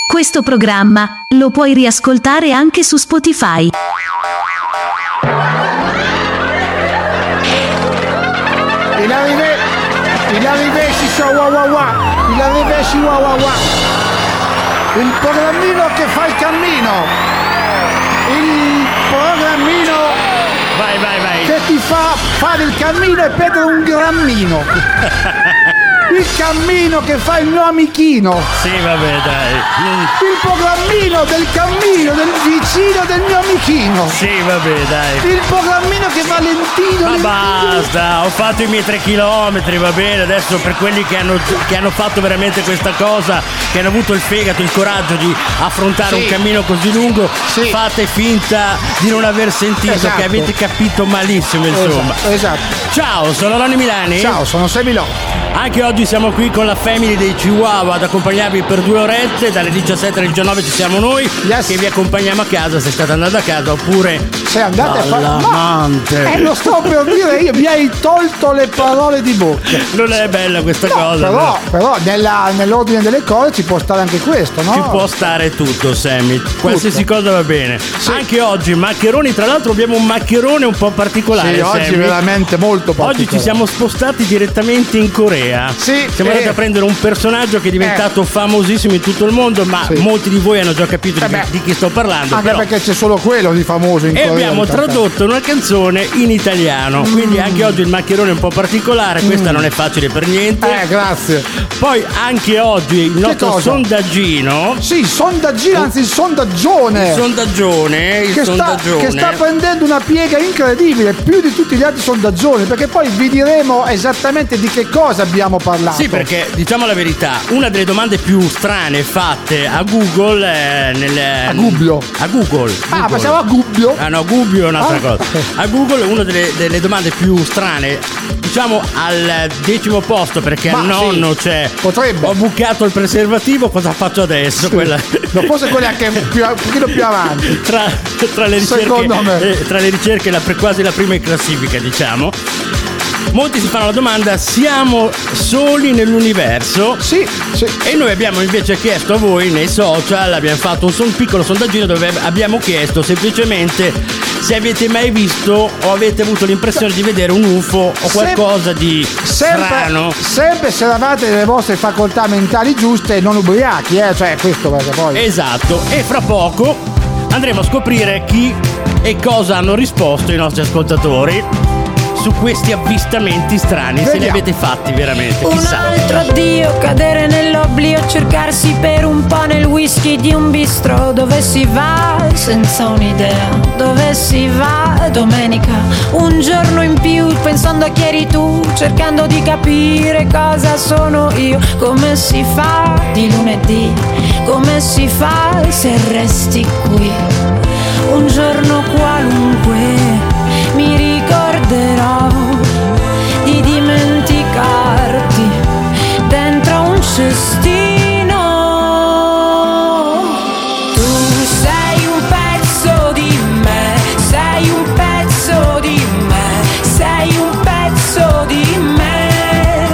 Questo programma lo puoi riascoltare anche su Spotify. Il arrivederci chihuahua. Il programmino che fa il cammino. Il programmino vai. che ti fa fare il cammino e perdere un grammino. Il cammino che fa il mio amichino. Sì, vabbè, dai. Il programmino del cammino del vicino del mio amichino. Sì, vabbè, dai. Il programmino che va lentino. Ma basta, ho fatto i miei 3 chilometri, va bene. Adesso per quelli che hanno fatto veramente questa cosa, che hanno avuto il fegato, il coraggio di affrontare un cammino così lungo, fate finta di non aver sentito, che avete capito malissimo, insomma. Esatto. Ciao, sono Ronny Milani. Ciao, sono Semilo. Anche oggi siamo qui con la family dei Chihuahua ad accompagnarvi per 2 orette, dalle 17 alle 19 ci siamo noi, che vi accompagniamo a casa se state andando a casa, oppure se andate a fare l'amante. Lo sto per dire io, mi hai tolto le parole di bocca. Non è bella questa cosa. Però nell'ordine delle cose ci può stare anche questo, no? Ci può stare tutto, Sammy. Qualsiasi cosa va bene. Sì. Anche oggi maccheroni, tra l'altro abbiamo un maccherone un po' particolare. Sì, oggi Sammy. Veramente molto particolare. Oggi ci siamo spostati direttamente in Corea. Sì, siamo andati a prendere un personaggio che è diventato famosissimo in tutto il mondo, ma molti di voi hanno già capito di chi sto parlando. Anche perché c'è solo quello di famoso in Corea. E abbiamo tradotto una canzone in italiano. Quindi anche oggi il maccherone è un po' particolare. Questa non è facile per niente. Grazie. Poi anche oggi il nostro sondaggino. Sì, sondaggino, anzi il sondaggione. Il sondaggione. Che sta prendendo una piega incredibile, più di tutti gli altri sondaggioni, perché poi vi diremo esattamente di che cosa abbiamo parlato. Sì, perché diciamo la verità, una delle domande più strane fatte a Google a Google. Pensavo a Gubbio. Ah no, Gubbio è un'altra cosa. A Google una delle domande più strane, diciamo al 10° posto, perché al nonno c'è. Potrebbe. Ho bucato il preservativo, cosa faccio adesso? Quella. No, forse quella anche un pochino più avanti. Tra le ricerche. Secondo me. Tra le ricerche quasi la prima in classifica, diciamo. Molti si fanno la domanda: siamo soli nell'universo? Sì. E noi abbiamo invece chiesto a voi nei social, abbiamo fatto un piccolo sondaggino dove abbiamo chiesto semplicemente se avete mai visto o avete avuto l'impressione di vedere un UFO o qualcosa di strano. Sempre se eravate nelle vostre facoltà mentali giuste e non ubriachi, cioè questo perché poi. Esatto, e fra poco andremo a scoprire chi e cosa hanno risposto i nostri ascoltatori su questi avvistamenti strani. Se li avete fatti veramente, chissà. Un altro addio, cadere nell'oblio, cercarsi per un po' nel whisky di un bistro. Dove si va senza un'idea, dove si va domenica, un giorno in più pensando a chi eri tu, cercando di capire cosa sono io. Come si fa di lunedì, come si fa se resti qui un giorno qualunque. Mi ricorderò di dimenticarti dentro un cestino. Tu sei un pezzo di me, sei un pezzo di me, sei un pezzo di me.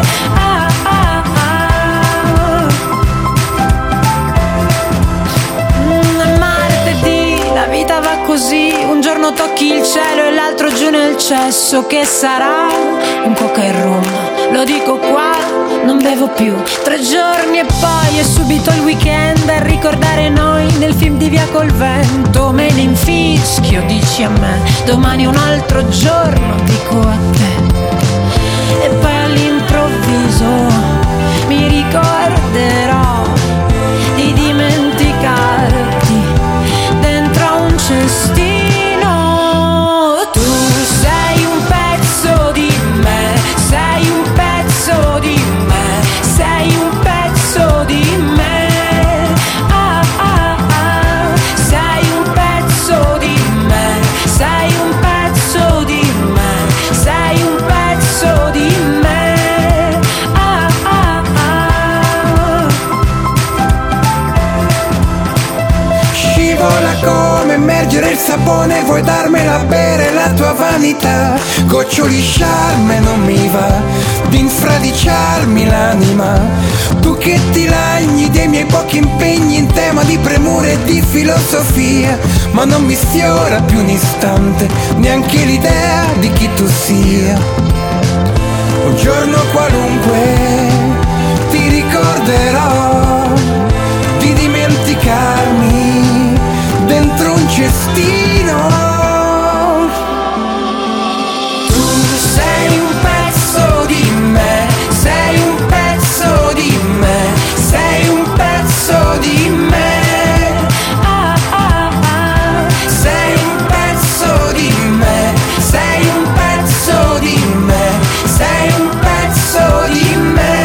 Martedì la vita va così, un giorno tocchi il cielo e l'altro giù nel cesso. Che sarà? Un coca e rum, lo dico qua, non bevo più. 3 giorni e poi è subito il weekend, a ricordare noi nel film di Via col Vento. Me ne infischio, dici a me, domani è un altro giorno, dico a te. E poi all'improvviso mi ricorderò di dimenticarti dentro un cestino. Tu sei un pezzo di me, sei un pezzo di me, sei un pezzo di me. Sei un pezzo di me, sei un pezzo di me, sei un pezzo di me. Scivola come immergere il sapone, vuoi darmela a bere la tua vanità. Goccioli charme non mi va di infradiciarmi l'anima. Tu che ti lagni dei miei pochi impegni in tema di di premure e di filosofia, ma non mi sfiora più un istante neanche l'idea di chi tu sia. Un giorno qualunque ti ricorderò di dimenticarmi dentro un cestino. Tu sei un pezzo di me, sei un pezzo di me, sei un pezzo di me. Sei un pezzo di me, sei un pezzo di me, sei un pezzo di me.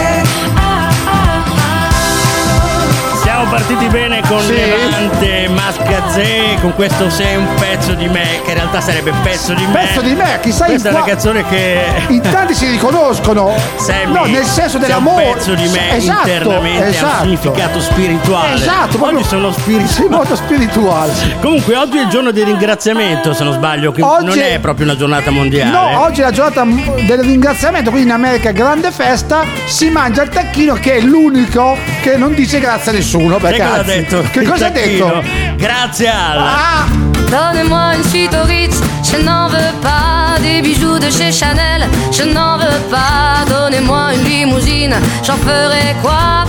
Siamo partiti bene con Levante, Mascazè, con questo Sei un pezzo di me, che in realtà sarebbe pezzo di me. Pezzo di me, chissà. Questa è una canzone che in tanti si riconoscono. No, nel senso dell'amore. Un pezzo di me internamente ha un significato spirituale. Esatto, oggi sono molto spirituale. Comunque oggi è il giorno del ringraziamento, se non sbaglio, che oggi non è proprio una giornata mondiale. No, oggi è la giornata del ringraziamento, quindi in America grande festa, si mangia il tacchino, che è l'unico che non dice grazie a nessuno. Che cosa ha detto? Che cosa ha detto? Grazie alla. Donnez-moi une suite au Ritz, je n'en veux pas. Des bijoux de chez Chanel, je n'en veux pas. Donnez-moi une limousine, j'en ferai quoi?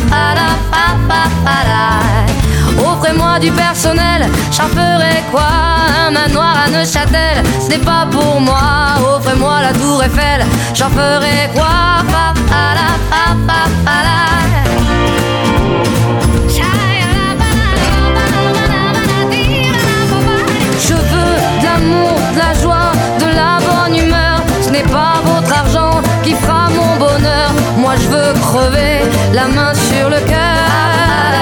Offrez-moi du personnel, j'en ferai quoi? Un manoir à Neuchâtel, ce n'est pas pour moi. Offrez-moi la tour Eiffel, j'en ferai quoi? Je veux de l'amour, de la joie, de la bonne humeur. Ce n'est pas votre argent qui fera mon bonheur. Moi je veux crever la main sur le cœur.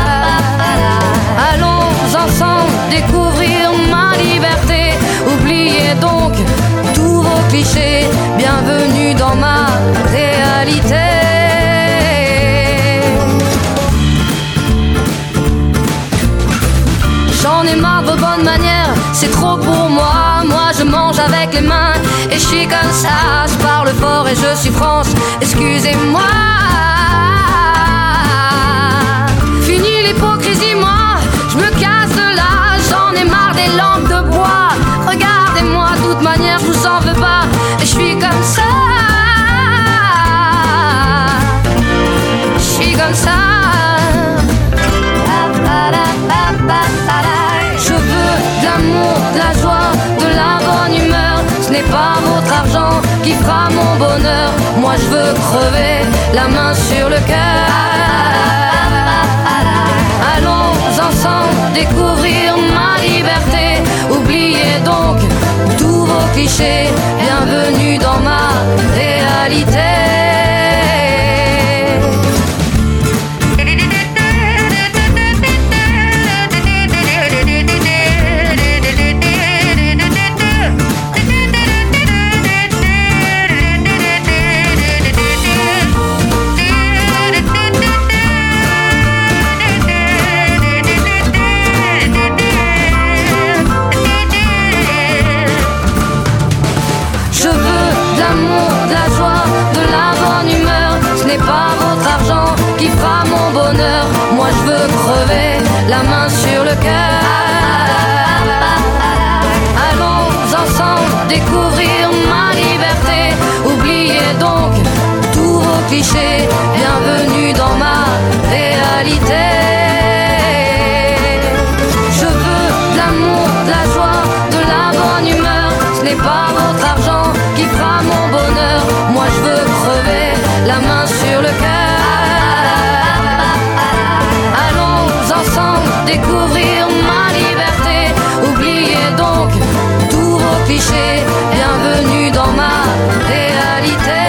Allons ensemble découvrir ma liberté. Oubliez donc tous vos clichés. Bienvenue dans ma réalité. J'en ai marre de vos bonnes manières, c'est trop pour moi. Moi je mange avec les mains et je suis comme ça. Je parle fort et je suis France, excusez-moi. Fini l'hypocrisie, moi je me casse de là. J'en ai marre des lampes de bois. Regardez-moi, de toute manière je vous en veux pas. Et je suis comme ça. Je suis comme ça. Je veux de l'amour, de la joie, de la bonne humeur. Ce n'est pas votre argent qui fera mon bonheur. Moi je veux crever la main sur le cœur. Allons ensemble découvrir ma liberté. Oubliez donc tous vos clichés. Bienvenue dans ma réalité. Pas votre argent qui fera mon bonheur. Moi je veux crever la main sur le cœur. Allons ensemble découvrir ma liberté. Oubliez donc tous vos clichés. Bienvenue dans ma réalité. Je veux de l'amour, de la joie, de la bonne humeur. Ce n'est pas votre argent qui fera mon bonheur. Moi je veux crever la main sur le cœur. Allons ensemble découvrir ma liberté. Oubliez donc tous vos clichés. Bienvenue dans ma réalité.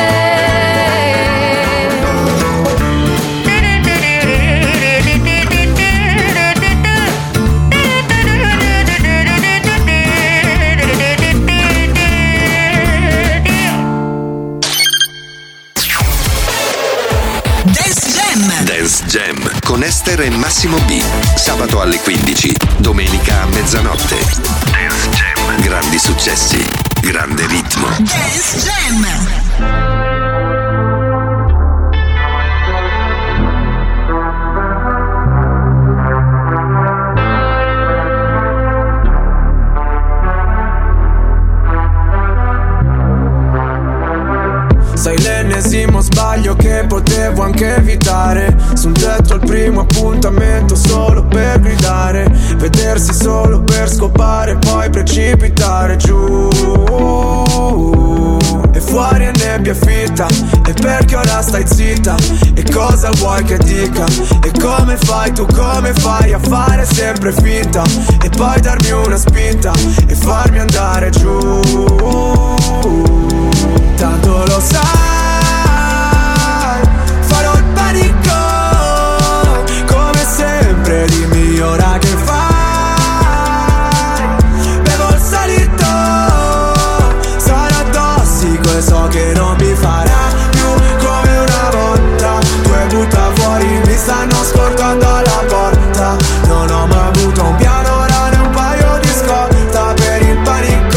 Dance Jam con Esther e Massimo B. Sabato alle 15, domenica a mezzanotte. Dance Jam. Grandi successi, grande ritmo. Dance Jam. anche evitare. Su un tetto al primo appuntamento solo per gridare, vedersi solo per scopare, poi precipitare giù. E fuori è nebbia fitta, e perché ora stai zitta? E cosa vuoi che dica? E come fai tu, come fai a fare sempre finta? E poi darmi una spinta e farmi andare giù. Tanto lo sai, farò il panico. Come sempre dimmi ora che fai. Bevo il salito, sarà tossico e so che non mi farà più come una volta. Tu hai butta fuori, mi stanno scortando alla porta. Non ho mai avuto un piano, ora ne un paio di scorta per il panico.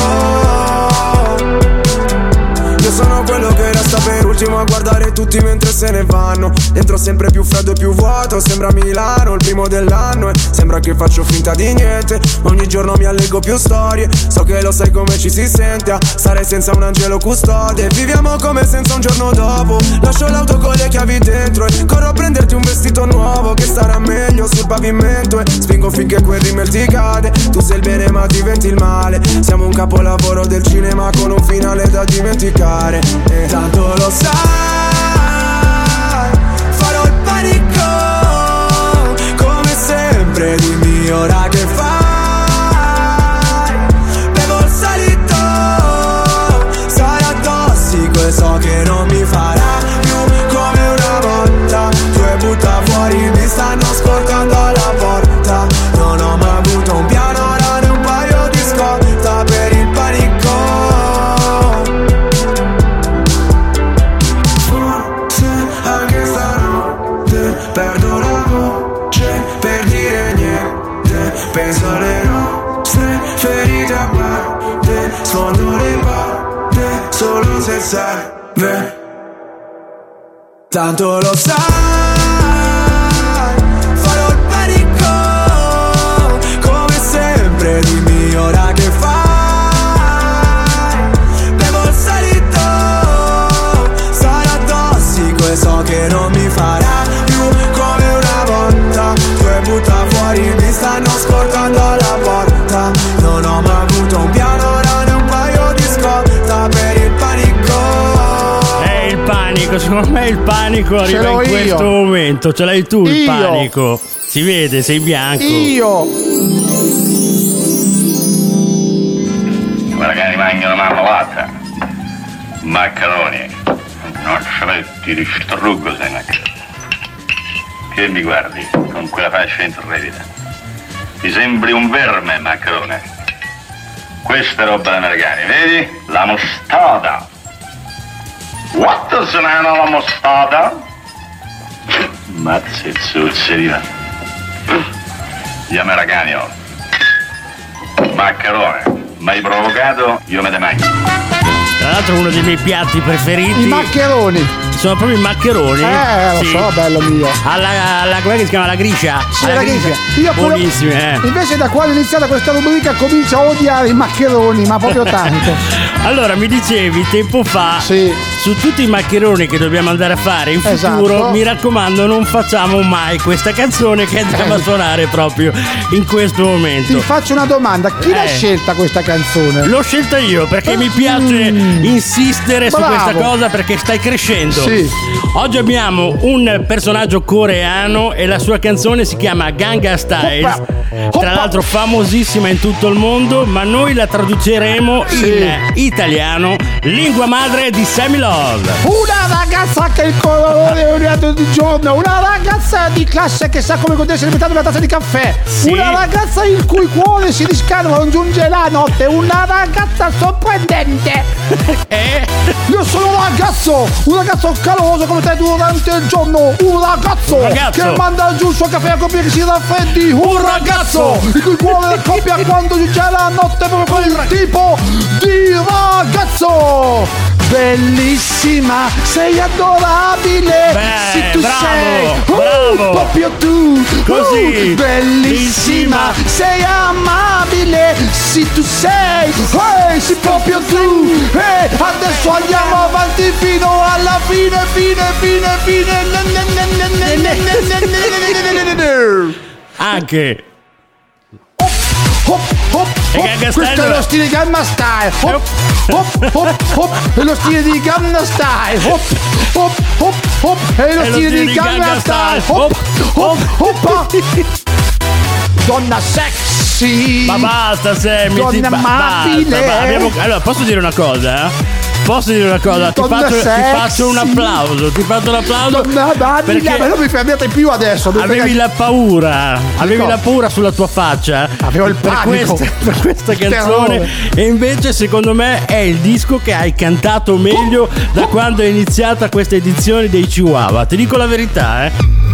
Io sono quello che resta per ultimo a guardare tutti mentre se ne vanno. Dentro sempre più freddo e più vuoto, sembra Milano il primo dell'anno. E sembra che faccio finta di niente, ma ogni giorno mi allego più storie. So che lo sai come ci si sente a stare senza un angelo custode. Viviamo come senza un giorno dopo. Lascio l'auto con le chiavi dentro e corro a prenderti un vestito nuovo che starà meglio sul pavimento. E spingo finché quel rimel ti cade. Tu sei il bene ma diventi il male. Siamo un capolavoro del cinema con un finale da dimenticare. E tanto lo sai, farò il panico. Come sempre dimmi ora che fai. Bevo il salito, sarà tossico e so che non mi farà più come una volta. Tu hai butta fuori, mi stanno scortando alla porta. Non ho mai avuto un piano, ora ne un paio di scorta per il panico. Perdo la voce per dire niente. Penso alle nostre ferite aperte. Sfondo le porte solo se serve. Tanto lo sai, farò il panico. Come sempre dimmi ora che fai. Bevo il salito, sarà tossico e so che non mi farà come una volta. Tu hai butta fuori, mi stanno scortando alla porta. Non ho mai avuto un piano, ora ne un paio di scorta per il panico. È il panico, secondo me il panico arriva in questo momento. Ce l'hai tu il panico. Si vede, sei bianco. Io. Guarda che ne mangiano marmellata, maccheroni, nocciolotti, distruggo se ne. Che mi guardi con quella faccia intrepida? Ti sembri un verme, maccherone. Questa è roba da americani, vedi? La mostarda. What se ne la mostarda? Mazza e zuccherina. Gli americani, oh. Maccherone, m'hai provocato, io me ne mangio. Tra l'altro uno dei miei piatti preferiti. I maccheroni. Sono proprio i maccheroni. Lo sì. so, bello mio. Alla come si chiama? La gricia? Sì, la gricia. Io buonissimi, Invece da quando è iniziata questa rubrica comincio a odiare i maccheroni, ma proprio tanto. Allora, mi dicevi tempo fa, sì, su tutti i maccheroni che dobbiamo andare a fare in futuro, esatto, mi raccomando non facciamo mai questa canzone che andiamo a suonare proprio in questo momento. Ti faccio una domanda, chi l'ha scelta questa canzone? L'ho scelta io perché mi piace insistere su questa cosa perché stai crescendo. Sì. Oggi abbiamo un personaggio coreano e la sua canzone si chiama Gangnam Style. Tra l'altro famosissima in tutto il mondo, ma noi la traduceremo in italiano, lingua madre di Sammy Love. Una ragazza che il colore è un di giorno, una ragazza di classe che sa come godersi all'interno di una tazza di caffè, una ragazza il cui cuore si riscalda quando giunge la notte, una ragazza sorprendente. Io sono un ragazzo caloroso come te durante il giorno, un ragazzo che manda giù il suo caffè a coppia che si raffreddi, un ragazzo il cui cuore coppia quando giunge la notte, proprio quel tipo di ragazzo. bellissima, sei adorabile. Sì, tu sei proprio tu. Così. Bellissima, sei amabile. Sì, tu sei. Sì, proprio tu. Adesso andiamo avanti fino alla fine. Anche. Questo è lo stile Gangnam Style. È lo stile di Gangnam Style. È lo stile di Gangnam Style. Donna sexy. Ma basta, Sammy. Donna amabile. Allora, posso dire una cosa? Ti faccio un applauso. Perché non mi fermate più adesso. Avevi la paura sulla tua faccia. Avevo il panico per questa canzone. E invece secondo me è il disco che hai cantato meglio da quando è iniziata questa edizione dei Chihuahua. Ti dico la verità,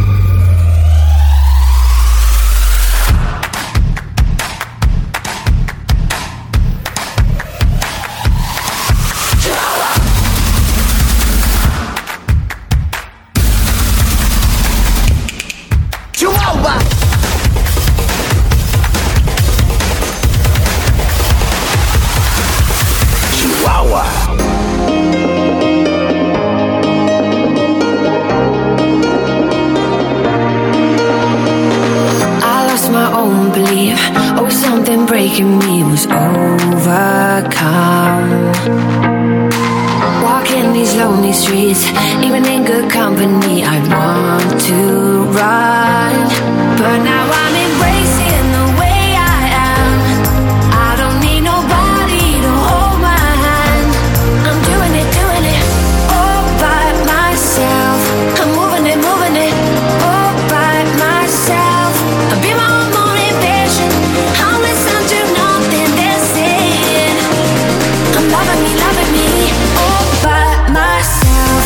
breaking me was overcome. Walking these lonely streets, even in good company, I want to run, but now I'm embracing the way I am. I don't need nobody to hold my hand. I'm doing it all by myself. I'm moving it all by myself. I'll be my own motivation. I'll listen to nothing they're saying. I'm loving me all by myself.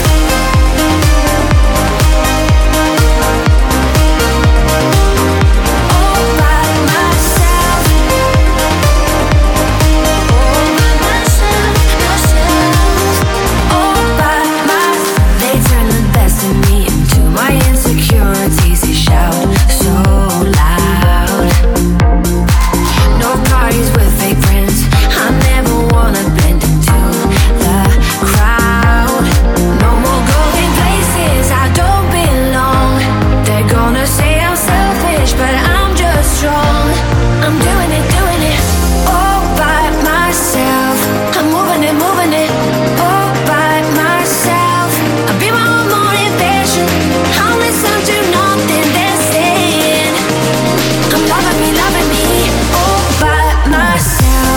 All by myself. All by myself. They turn the best in me into my insecurities. They shout so loud. No parties with fake friends. I never wanna blend into the crowd. No more going places I don't belong. They're gonna say I'm selfish, but I'm just strong. I'm doing it all by myself. I'm moving it all by myself. I'll be my own motivation. I'll listen to nothing they're saying. I'm loving me all by myself.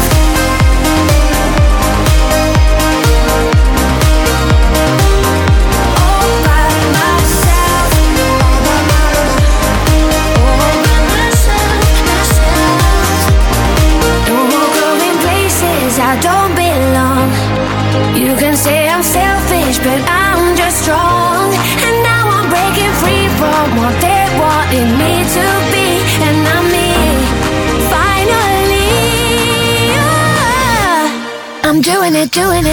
All by myself. No more going places I don't belong. You can say I'm selfish, but I'm just strong. And now I'm breaking free from what they wanted me to be. And I'm me, finally. I'm doing it all by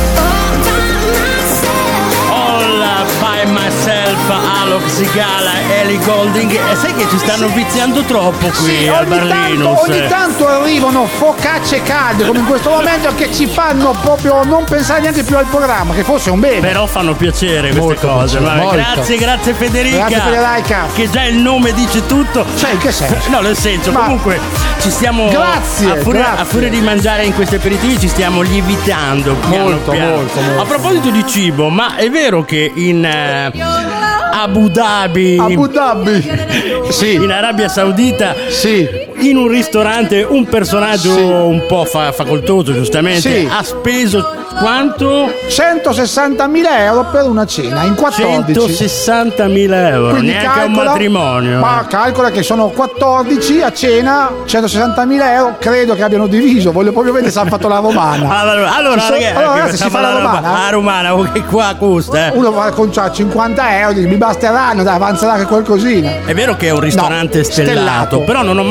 myself. All by myself, Alok Sigala, Ellie Goulding. E sai che ci stanno viziando troppo qui Sì, al Barlinus. ogni tanto arrivano focacce calde come in questo momento che ci fanno proprio non pensare neanche più al programma, che fosse un bene. Però fanno piacere queste Molto cose. piacere, Vabbè, molto. grazie Federica. Grazie Federica. Che già il nome dice tutto. Cioè, in che senso? No, nel senso, comunque ci stiamo. Grazie, a furia di mangiare in questi aperitivi ci stiamo lievitando. Molto. A proposito di cibo, ma è vero che in Abu Dhabi, sì, in Arabia Saudita, sì, in un ristorante un personaggio un po' facoltoso, giustamente, Sì. ha speso quanto? 160.000 euro per una cena in 14. 160.000 euro, Quindi neanche a un matrimonio. Ma calcola che sono 14 a cena, 160.000 euro, credo che abbiano diviso. Voglio proprio vedere se hanno fatto la romana. Allora ragazzi, si fa la romana? La romana, che qua costa. Uno va con 50 euro, mi basteranno, dai, avanzerà anche qualcosina. È vero che è un ristorante stellato, però non ho mai sentito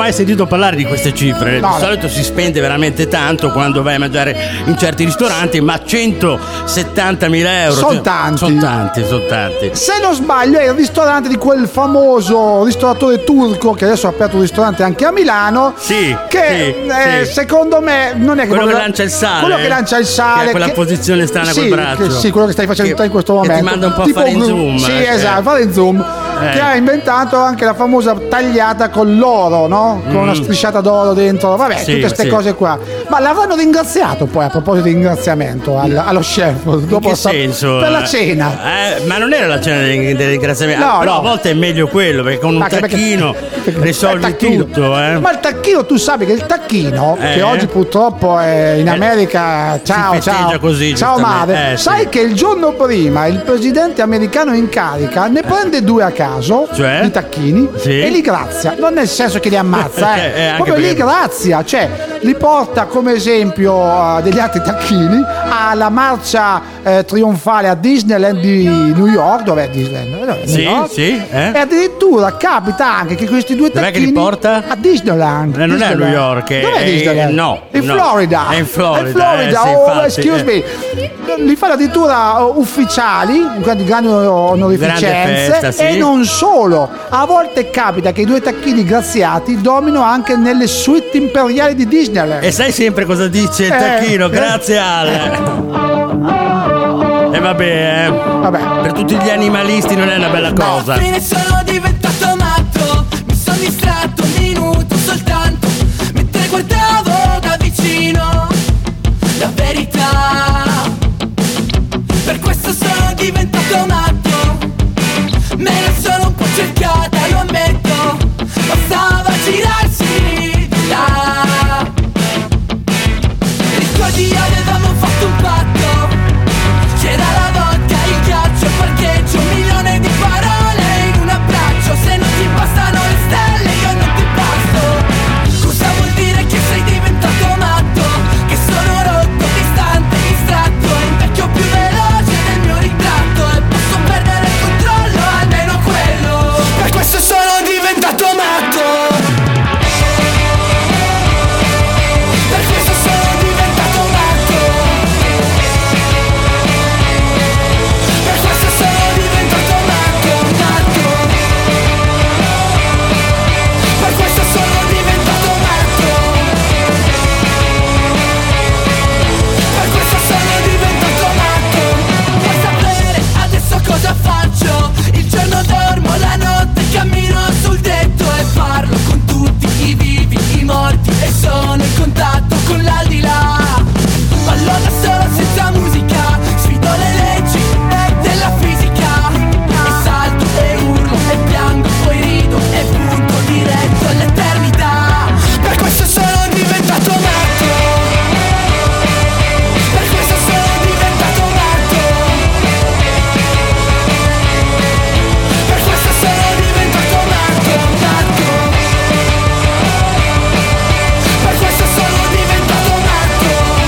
sentito parlare di queste cifre. Di solito si spende veramente tanto quando vai a mangiare in certi ristoranti, ma 170.000 euro sono tanti. Sono tanti. Se non sbaglio è il ristorante di quel famoso ristoratore turco che adesso ha aperto un ristorante anche a Milano. Sì. Che secondo me non è quello che lancia il sale. Quello che lancia il sale. Che ha quella posizione strana col braccio. Sì, quello che stai facendo te in questo momento. Che ti manda un po' a fare in zoom. Sì, esatto, fare in zoom. Che ha inventato anche la famosa tagliata con l'oro, no? Con una strisciata d'oro dentro. Vabbè, tutte queste cose qua. Ma l'avranno ringraziato poi a proposito di ringraziamento allo chef. Dopo in che senso? Per la cena. Ma non era la cena del ringraziamento. No, però a volte è meglio quello, perché con un tacchino risolvi tutto. Ma il tacchino, tu sai che il tacchino, che oggi purtroppo è in America, ciao così, ciao madre, sai che il giorno prima il presidente americano in carica ne prende 2 a caso, cioè? I tacchini, e li grazia, non nel senso che li ammazza, proprio li grazia, cioè li porta come esempio degli altri tacchini alla marcia trionfale a Disneyland di New York, dov'è Disneyland? E addirittura capita anche che questi 2 tacchini che li porta? A Disneyland. Non è a New York, dov'è Disneyland? No, in Florida. È in Florida. Excuse me. Li fanno addirittura ufficiali, di grandi onorificenze, festa, e non solo. A volte capita che i 2 tacchini graziati domino anche nelle suite imperiali di Disneyland. E sai sempre cosa dice il tacchino? Grazie E vabbè, per tutti gli animalisti non è una bella cosa. Alla fine sono diventato matto, mi sono distratto un minuto soltanto, mentre guardavo da vicino la verità. Per questo sono diventato matto, me la sono un po' cercata, lo ammetto, bastava girarsi di là. Ricordi avevamo fatto un patto, c'era la vodka, il ghiaccio, il parcheggio, 1 milione di parole in un abbraccio. Se non ti bastano le stelle io non ti basto. Cosa vuol dire che sei diventato matto? Che sono rotto, distante, distratto, invecchio più veloce del mio ritratto, e posso perdere il controllo, almeno quello. Per questo sono diventato matto. Per questo sono diventato matto. Per questo sono diventato matto, matto. Per questo sono diventato matto. Per questo sono diventato matto. Vuoi sapere adesso cosa faccio? Il giorno dormo, la notte cammino sul tetto e parlo con tutti i vivi, i morti, e sono in contatto con l'aldilà. Ballo da solo senza musica, sfido le leggi della fisica, e salto e urlo e piango, poi rido e punto diretto all'eternità. Per questo sono diventato matto. Per questo sono diventato matto. Per questo sono diventato matto, matto. Per questo sono diventato matto.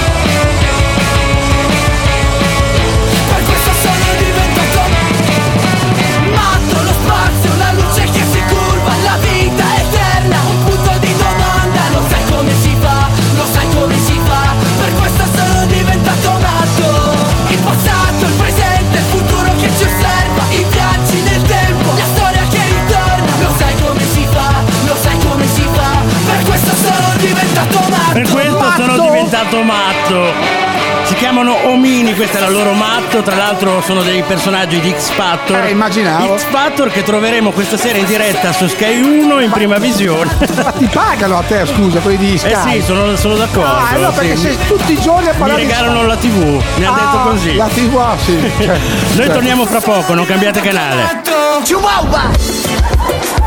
Per questo sono diventato matto. Lo spazio, la luce che si curva, la vita eterna, un punto di domanda. Lo sai come si fa, lo sai come si fa. Per questo sono diventato matto. Il passato, il presente, il futuro che ci osserva, i viaggi nel tempo, la storia che ritorna. Lo sai come si fa, lo sai come si fa. Per questo sono diventato matto. Per questo sono diventato matto. Si chiamano Omini, questo è la loro matto. Tra l'altro sono dei personaggi di X Factor. Immaginavo. X Factor che troveremo questa sera in diretta su Sky 1 in prima visione. Ma ti pagano a te, scusa, quelli di Sky? Sì, sono d'accordo. No, perché sei tutti i giorni a parlare. Mi regalano la TV, mi hanno detto così. La TV, sì. Noi torniamo fra poco, non cambiate canale. Chihuahua.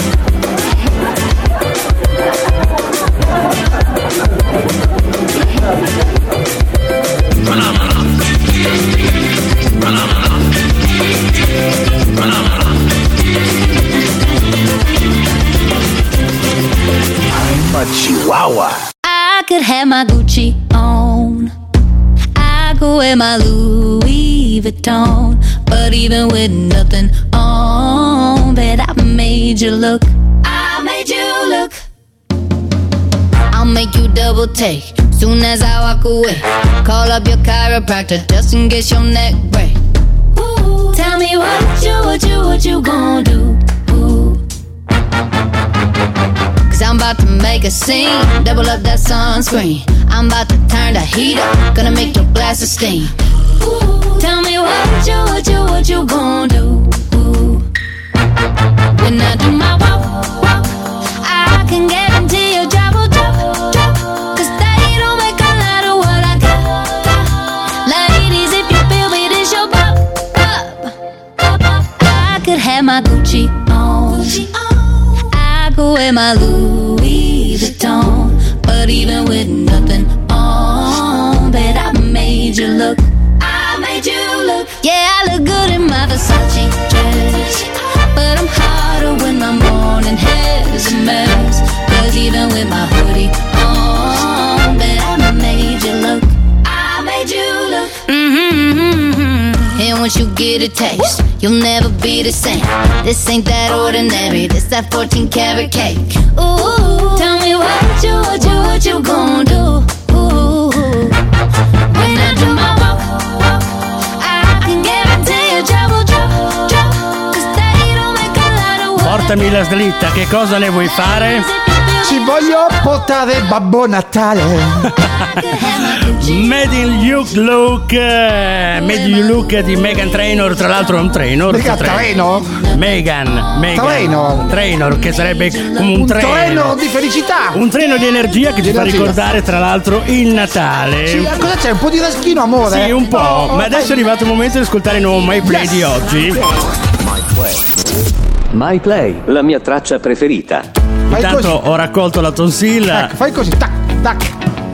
I'm a Chihuahua. I could have my Gucci on, I could wear my Louis Vuitton, but even with nothing on, bet I made you look. I made you look. double take. Soon as I walk away, call up your chiropractor just in case your neck break. Ooh, tell me what you gonna do? Cause I'm about to make a scene, double up that sunscreen. I'm about to turn the heat up, gonna make your glasses steam. Ooh, tell me what you gonna do? When I do my walk, I can guarantee you drop. Cause they don't make a lot of what I got. Ladies, if you feel me, this your pop. I could have my Gucci on. I could wear my Louis Vuitton. But even with nothing on, bet I made you look. Yeah, I look good in my Versace dress, but I'm hotter when my morning hair's a mess. Cause even with my hoodie on, bet I made you look. And once you get a taste, you'll never be the same. This ain't that ordinary, this that 14 karat cake. Ooh, tell me what you gonna do? Ooh, when I do my walk, I can guarantee you trouble. Cause they don't make a lot of. Portami la slitta, che cosa ne vuoi fare? Ci voglio portare Babbo Natale. Made in You Look di Meghan Trainor, tra l'altro è un trainor. Meghan Trainor, che sarebbe come un treno di felicità, un treno di energia che ci fa ricordare tra l'altro il Natale. Sì, cosa c'è? Un po' di raschino, amore? Sì, un po', ma adesso è arrivato il momento di ascoltare il nuovo My Play di oggi. My Play, la mia traccia preferita. Intanto ho raccolto la tonsilla. Ecco, fai così, tac, tac.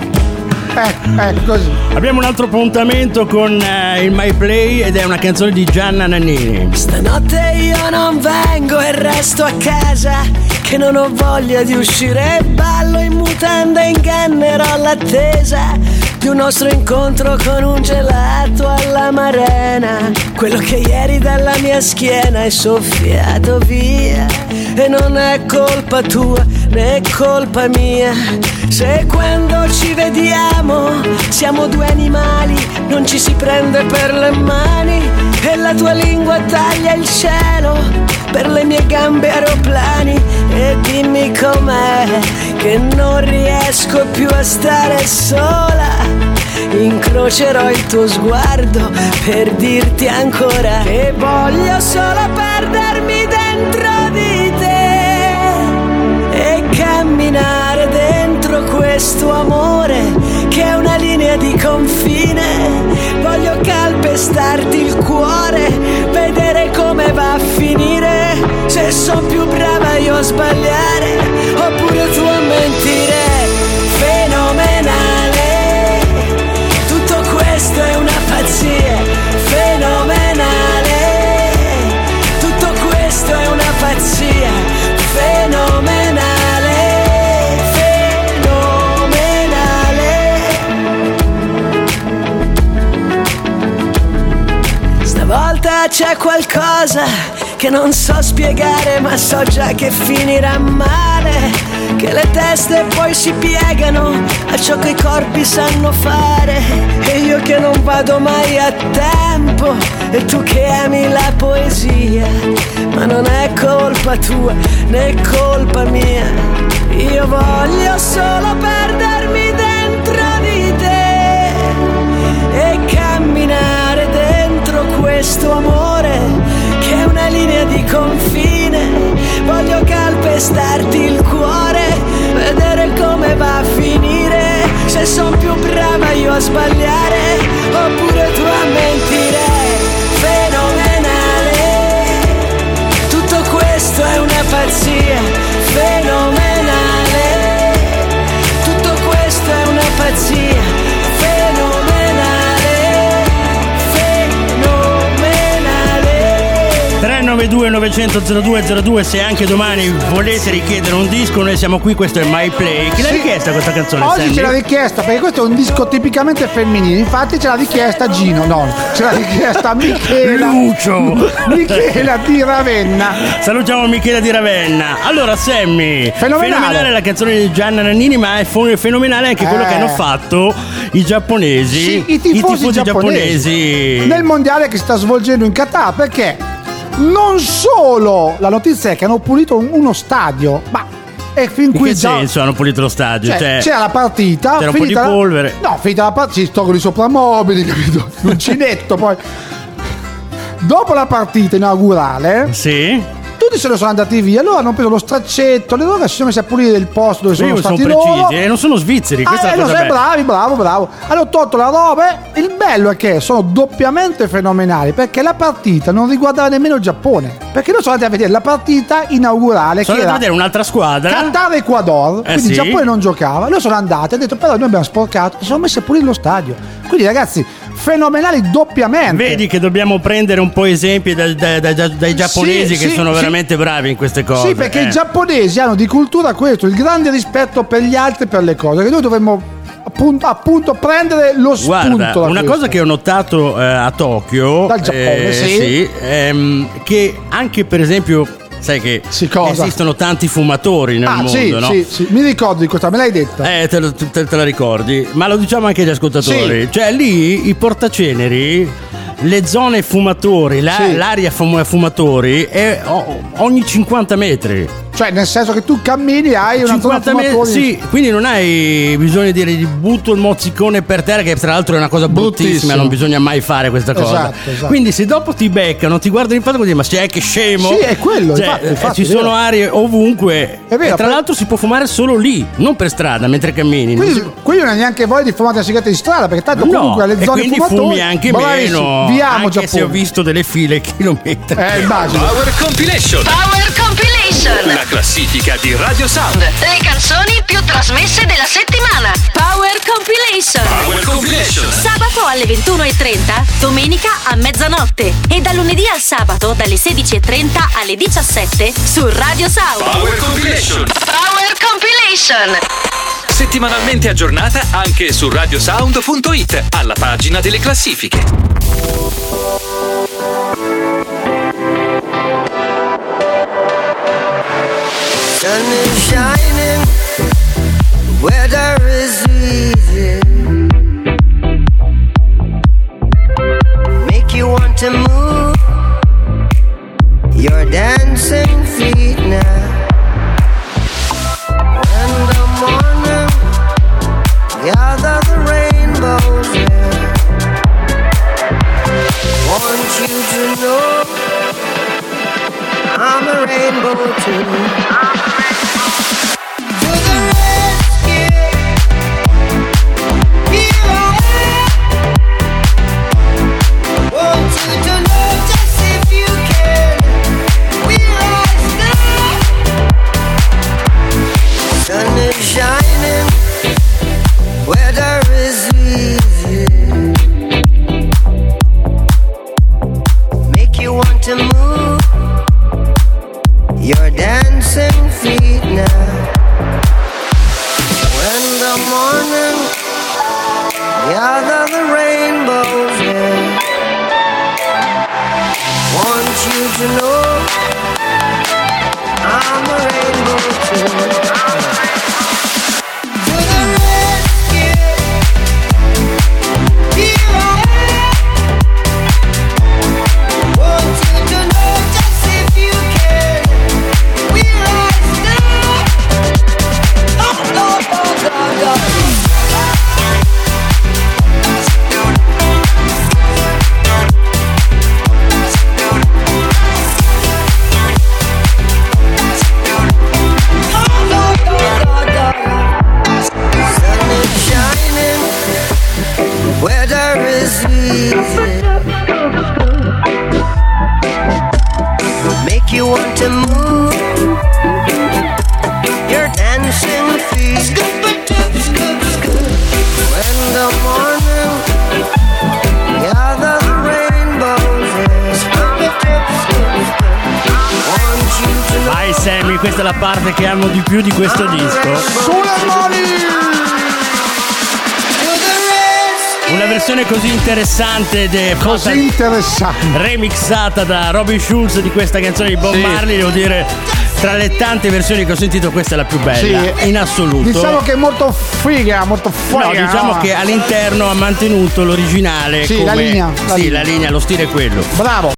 Così. Abbiamo un altro appuntamento con il My Play ed è una canzone di Gianna Nannini. Stanotte io non vengo e resto a casa, che non ho voglia di uscire, ballo in mutanda e ingannerò l'attesa di un nostro incontro con un gelato all'amarena. Quello che ieri dalla mia schiena è soffiato via, e non è colpa tua né colpa mia se quando ci vediamo siamo due animali, non ci si prende per le mani e la tua lingua taglia il cielo per le mie gambe aeroplani. E dimmi com'è che non riesco più a stare sola, incrocerò il tuo sguardo per dirti ancora che voglio solo perdermi dentro di te e camminare dentro questo amore che è una linea di confine. Voglio calpestarti il cuore, vedere come va a finire, se son più brava io a sbagliare oppure tu a mentire. Fenomenale, tutto questo è una pazzia. Fenomenale, tutto questo è una pazzia. Fenomenale, fenomenale. Stavolta c'è qualcosa che non so spiegare, ma so già che finirà male, che le teste poi si piegano a ciò che i corpi sanno fare, e io che non vado mai a tempo, e tu che ami la poesia. Ma non è colpa tua né colpa mia, io voglio solo perdermi dentro di te e camminare dentro questo amore che è una linea di confine. Voglio calpestarti il cuore, vedere come va a finire, se son più brava io a sbagliare oppure tu a mentire. Fenomenale, tutto questo è una pazzia. Fenomenale, tutto questo è una pazzia. Fenomenale, fenomenale. 332 900 0202 se anche domani volete richiedere un disco, noi siamo qui, questo è My Play. Chi l'ha richiesta questa canzone? Oggi Sammy? ce l'ha richiesta perché questo è un disco tipicamente femminile, infatti ce l'ha richiesta Gino, no, ce l'ha richiesta Michela Lucio Michela di Ravenna. Salutiamo Michela di Ravenna. Allora Sammy, fenomenale la canzone di Gianna Nannini, ma è fenomenale anche quello che hanno fatto i giapponesi, sì, i tifosi giapponesi nel mondiale che si sta svolgendo in Qatar, perché non solo la notizia è che hanno pulito uno stadio, ma è fin qui in che senso hanno pulito lo stadio? Cioè, c'era la partita, c'era un po' di polvere. Finita la partita, si tolgono i soprammobili, capito? L'uncinetto poi. Dopo la partita inaugurale, sì, tutti se ne sono andati via, loro hanno preso lo straccetto, le loro si sono messi a pulire il posto dove sono stati loro. Precisi, non sono svizzeri, questa è la cosa bella. Bravo. Hanno tolto la roba. Il bello è che sono doppiamente fenomenali, perché la partita non riguardava nemmeno il Giappone, perché noi sono andati a vedere la partita inaugurale, sono che era a vedere un'altra squadra, Qatar-Ecuador, quindi sì. il Giappone non giocava. Loro sono andati, hanno detto però noi abbiamo sporcato, si sono messi a pulire lo stadio. Quindi ragazzi, fenomenali doppiamente. Vedi che dobbiamo prendere un po' esempi dai giapponesi, che sono veramente bravi in queste cose. Sì, perché i giapponesi hanno di cultura questo, il grande rispetto per gli altri e per le cose, che noi dovremmo appunto prendere lo spunto. Guarda, una cosa che ho notato a Tokyo dal Giappone, che anche per esempio, sai che esistono tanti fumatori nel mondo, no? Sì, mi ricordo di questa, me l'hai detta. Te la ricordi, ma lo diciamo anche agli ascoltatori. Sì. Cioè lì i portaceneri, le zone fumatori, l'area fumatori è ogni 50 metri. Cioè nel senso che tu cammini, hai una zona fumatori. Sì, quindi non hai bisogno di dire butto il mozzicone per terra, che tra l'altro è una cosa bruttissima, non bisogna mai fare questa cosa. Esatto. Quindi se dopo ti beccano, ti guardano in faccia e dicono ma sei che scemo. Sì, è quello, cioè, infatti, ci sono aree ovunque. È vero, e tra l'altro si può fumare solo lì, non per strada mentre cammini. Quindi non hai neanche voglia di fumare una sigaretta di strada, perché tanto comunque alle zone quindi fumatori fumi anche meno. Viamo anche Giappone. se ho visto delle file chilometri. Immagino. Power Compilation. La classifica di Radio Sound. Le canzoni più trasmesse della settimana. Power Compilation. Sabato alle 21:30, domenica a mezzanotte e da lunedì al sabato dalle 16:30 alle 17 su Radio Sound. Power Compilation. Settimanalmente aggiornata anche su radiosound.it, alla pagina delle classifiche. Sun is shining, weather is easy. Make you want to move your dancing feet now. In the morning, gather the rainbows there. Want you to know I'm a rainbow too. To the rescue, questa è la parte che amo di più di questo disco. Sulle mani! Una versione così interessante, remixata da Robin Schulz di questa canzone di Bob Marley, devo dire, tra le tante versioni che ho sentito questa è la più bella, in assoluto. Diciamo che è molto figa, molto figa. No, diciamo che all'interno ha mantenuto l'originale. Sì, come, la linea. La linea, lo stile è quello. Bravo.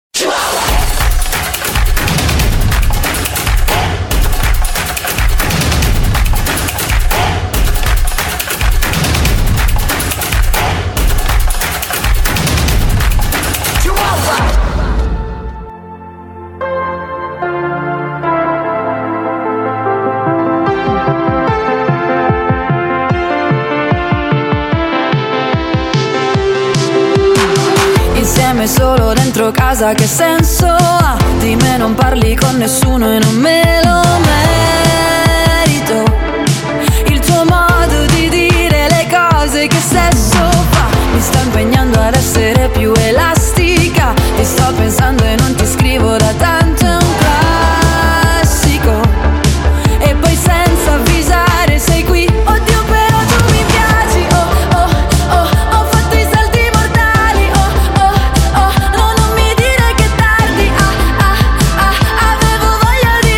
Solo dentro casa che senso ha? Di me non parli con nessuno e non me lo merito. Il tuo modo di dire le cose che sesso fa mi sta impegnando ad essere più elastica. Ti sto pensando e non ti scrivo da tanto, è un classico. E poi senza avvisare sei qui. Oddio però tu mi piaci, oh oh oh. Ho fatto i salti mortali, oh oh oh. No, non mi dire che tardi, ah ah ah. Avevo voglia di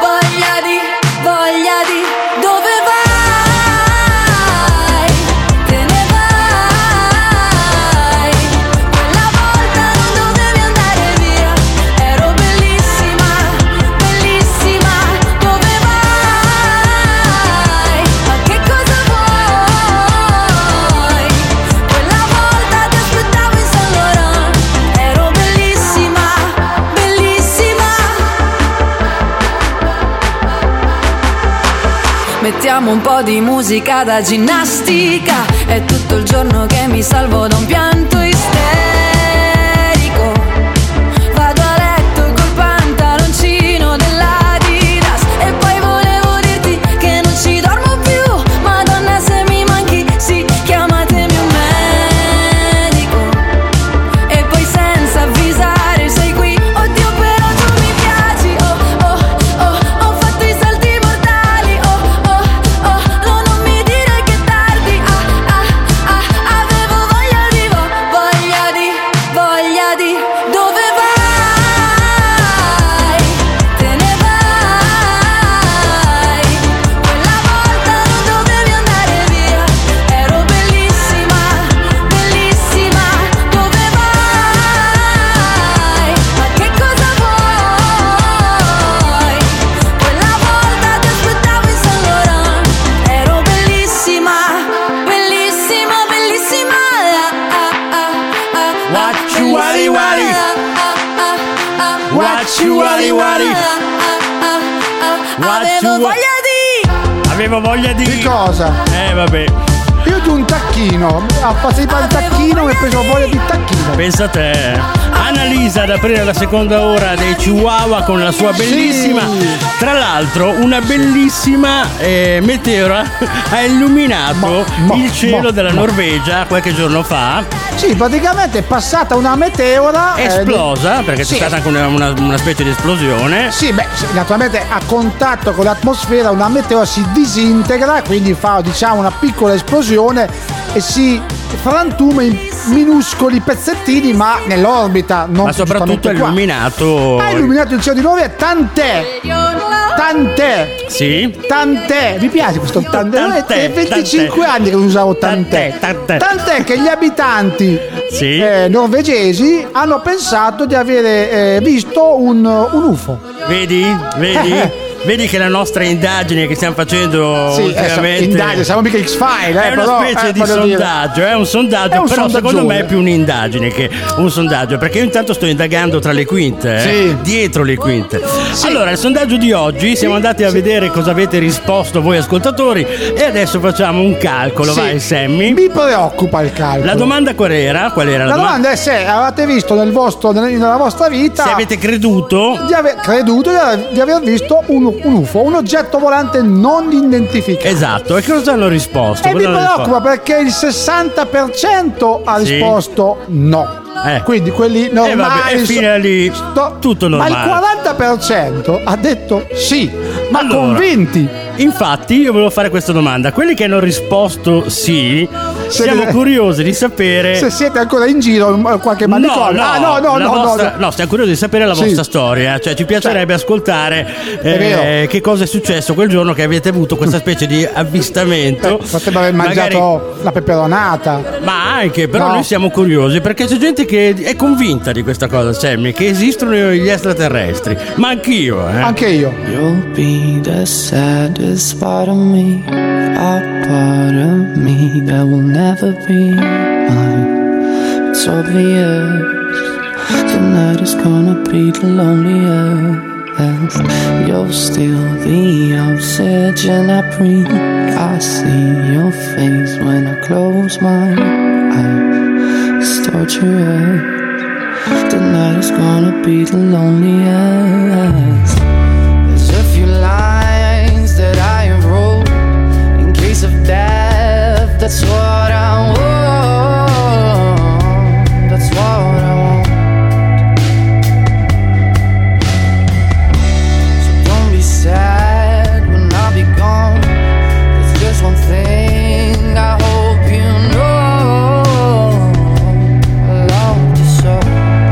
dove vai? Te ne vai. Quella volta non dovevi andare via. Ero bellissima, bellissima. Dove vai? Ma che cosa vuoi? Quella volta ti aspettavo in Saint Laurent. Ero bellissima, bellissima. Mettiamo un po' di musica da ginnastica. È tutto il giorno che mi salvo da un pianto isterico. Vado a letto col pantaloncino dell'Adidas. E poi volevo dirti che non ci dormo più. Madonna se mi manchi, sì, chiamatemi un medico. E poi senza avvisare sei qui. Oddio però tu mi piaci, oh oh oh. Ho fatto i salti mortali, oh oh oh. No, non mi dire che tardi, ah ah ah. Avevo voglia di dove vai? Te ne vai. Quella volta non dovevi andare via. Ero bellissima, bellissima. Dove vai? Ma che cosa vuoi? Quella volta ti aspettavo in Saint Laurent. Ero bellissima, bellissima, bellissima. What you wari wari? What you wari wari? Avevo voglia di... Di cosa? Vabbè. Io di un tacchino. A passato di tacchino mi ho preso voglia di tacchino. Pensa a te. Annalisa ad aprire la seconda ora dei Chihuahua con la sua bellissima. Tra l'altro una bellissima meteora ha illuminato il cielo della Norvegia qualche giorno fa. Sì, praticamente è passata una meteora esplosa, perché c'è stata anche una specie di esplosione. Sì, beh, naturalmente a contatto con l'atmosfera una meteora si disintegra, quindi fa diciamo una piccola esplosione e si frantuma in minuscoli pezzettini, ma nell'orbita, non ma soprattutto ha illuminato il cielo di Norvegia, tant'è. Sì. Tant'è. Mi piace questo tant'è. È 25 anni che non usavo tant'è che gli abitanti norvegesi hanno pensato di avere visto un UFO. Vedi? Vedi che la nostra indagine che stiamo facendo ultimamente siamo mica X-File, è una specie di sondaggio, è un sondaggio, però secondo me è più un'indagine che un sondaggio, perché io intanto sto indagando tra le quinte, dietro le quinte. Allora, il sondaggio di oggi siamo andati a vedere cosa avete risposto voi ascoltatori e adesso facciamo un calcolo, vai Sammy. Mi preoccupa il calcolo. La domanda qual era? La domanda è se avete visto nella vostra vita, se avete creduto di aver visto un UFO, un oggetto volante non identificato. Esatto, e cosa hanno risposto? E mi preoccupa perché il 60% ha risposto no. Quindi quelli normali e fino lì tutto normale. Ma il 40% ha detto sì. Ma allora, convinti? Infatti io volevo fare questa domanda. Quelli che hanno risposto sì, siamo curiosi di sapere se siete ancora in giro in qualche manicomio. No, stiamo curiosi di sapere la vostra storia. Cioè ci piacerebbe ascoltare che cosa è successo quel giorno che avete avuto questa specie di avvistamento. Potrebbe aver mangiato la peperonata. Ma anche, però noi siamo curiosi perché c'è gente che è convinta di questa cosa, Sammy, che esistono gli extraterrestri. Ma anch'io, Anche io. You'll be the saddest part of me, a part of me that will never be mine. It's obvious tonight is gonna be the loneliest. You're still the oxygen I breathe. I see your face when I close my eyes. It's torturous. Tonight is gonna be the loneliest. There's a few lines that I wrote in case of death. That's what I want. That's what I want. So don't be sad when I'll be gone. There's just one thing I hope you know. I love you so.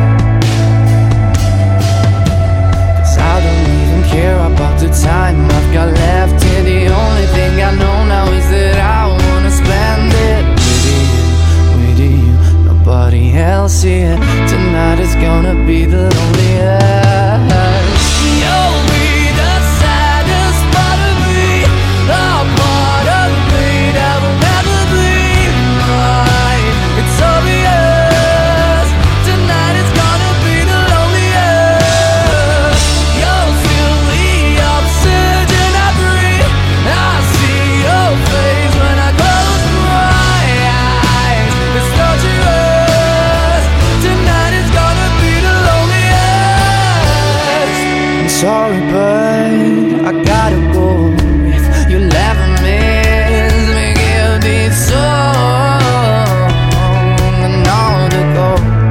About the time I've got left here, the only thing I know now is that I wanna spend it with you, nobody else here. Tonight is gonna be the loneliest. You'll be the saddest part of me, a part of me that will never be mine. It's obvious, tonight is gonna be the loneliest. You'll feel the oxygen I breathe. I see your face when I close my eyes. It's torturous. Tonight is gonna be the loneliest. I'm sorry, but I gotta go. If you'll ever miss me, give this song an hour to go.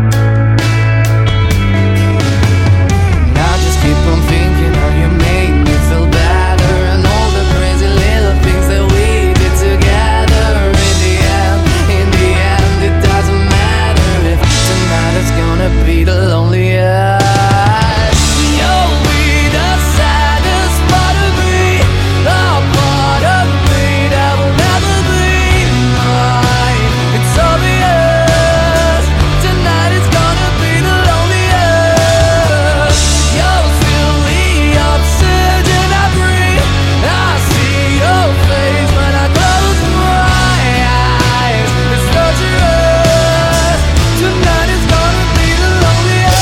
And I just keep on thinking how you make me feel better, and all the crazy little things that we did together. In the end, it doesn't matter if tonight is gonna be the loneliest. You'll be the saddest part of me, a part of me that will never be mine. It's obvious, tonight is gonna be the loneliest. You'll feel the oxygen I breathe. I see your face when I close my eyes. It's torturous. Tonight is gonna be the loneliest.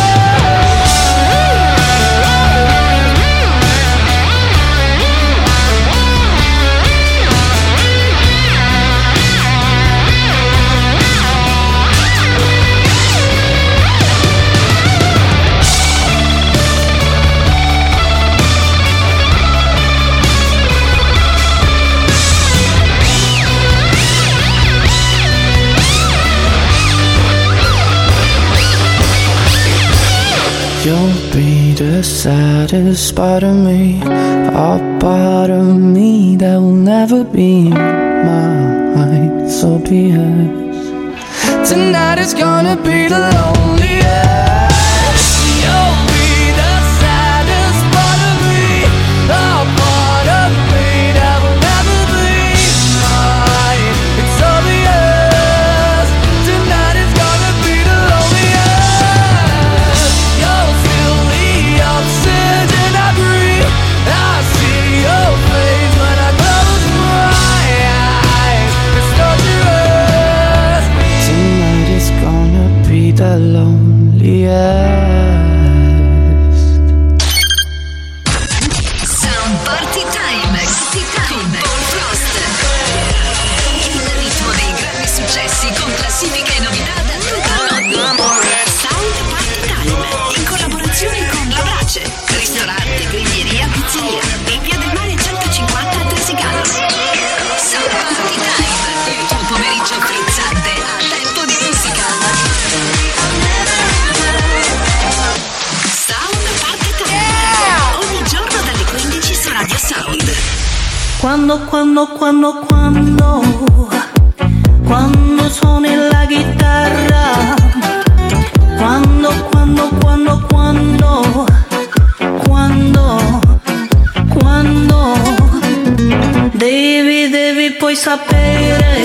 You'll be the saddest part of me, a part of me that will never be mine. So be it. Tonight is gonna be the loneliest. You'll be the saddest part of me, a part of me that will never be mine. It's obvious. Tonight is gonna be the loneliest. You'll feel the oxygen I breathe. I see your face when I close my eyes. It's torturous. Tonight is gonna be the loneliest. Quando suoni la chitarra, quando devi poi sapere,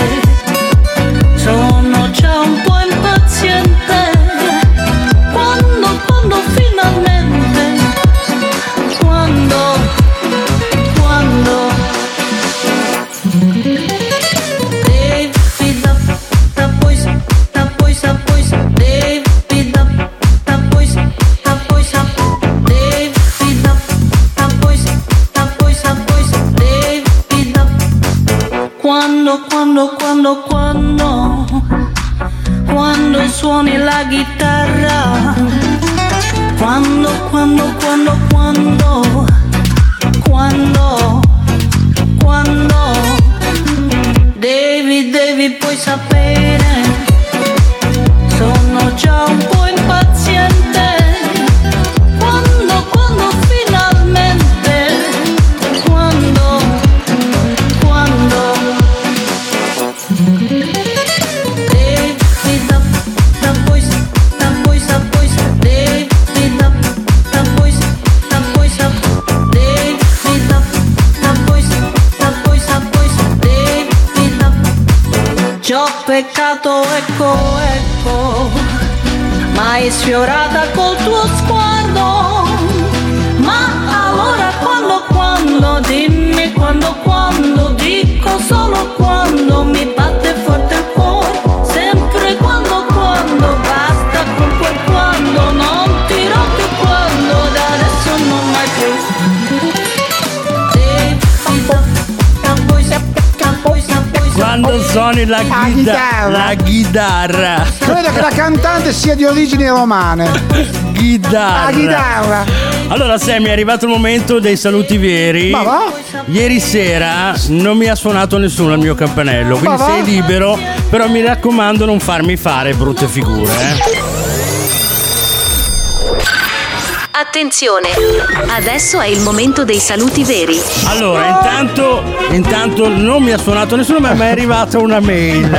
sono già un po' impaziente, quando finalmente, quando quando suoni la chitarra, quando devi poi sapere, sono già un po' impaziente, quando finalmente, quando ci ho peccato, ecco, ma hai sfiorata col tuo sguardo. Ma allora quando, dimmi quando, dico solo quando, mi batte forte il cuore, sempre quando, basta con quel quando, non dirò più quando, da adesso non mai più. Quando suoni la chitarra. Credo che la cantante sia di origini romane. Chitarra. La chitarra. Allora Sammy, è arrivato il momento dei saluti veri. Ma va? Ieri sera non mi ha suonato nessuno al mio campanello, quindi sei libero, però mi raccomando non farmi fare brutte figure, Attenzione, adesso è il momento dei saluti veri. Allora, intanto non mi ha suonato nessuno, ma mi è arrivata una mail.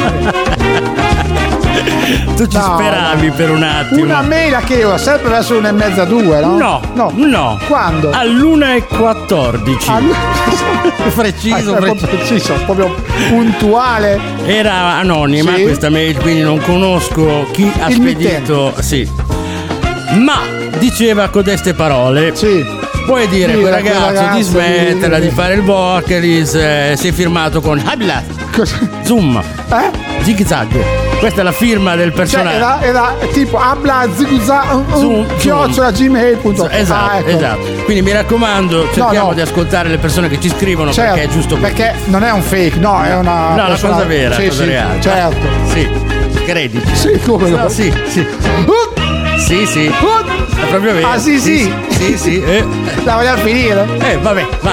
Tu ci speravi per un attimo. Una mail a che ora? Sempre verso 1:30, 2, no? No. Quando? all'1:14. Preciso, proprio puntuale. Era anonima questa mail, quindi non conosco chi ha spedito. Sì. Ma diceva codeste parole. Sì. Puoi dire quel ragazzo di smetterla di fare il vocalist, si è firmato con Habla Zoom Zig Zag. Questa è la firma del personaggio. Cioè era tipo Habla Zig Zag @gmail.com. Esatto. Quindi mi raccomando, cerchiamo di ascoltare le persone che ci scrivono, perché è giusto così. Perché non è un fake, no, è una cosa vera, cosa reale. Certo. Sì, crediti. Sì, come no? Sì. Sì. È proprio vero. Ah, sì. La vogliamo finire? Vabbè, vai.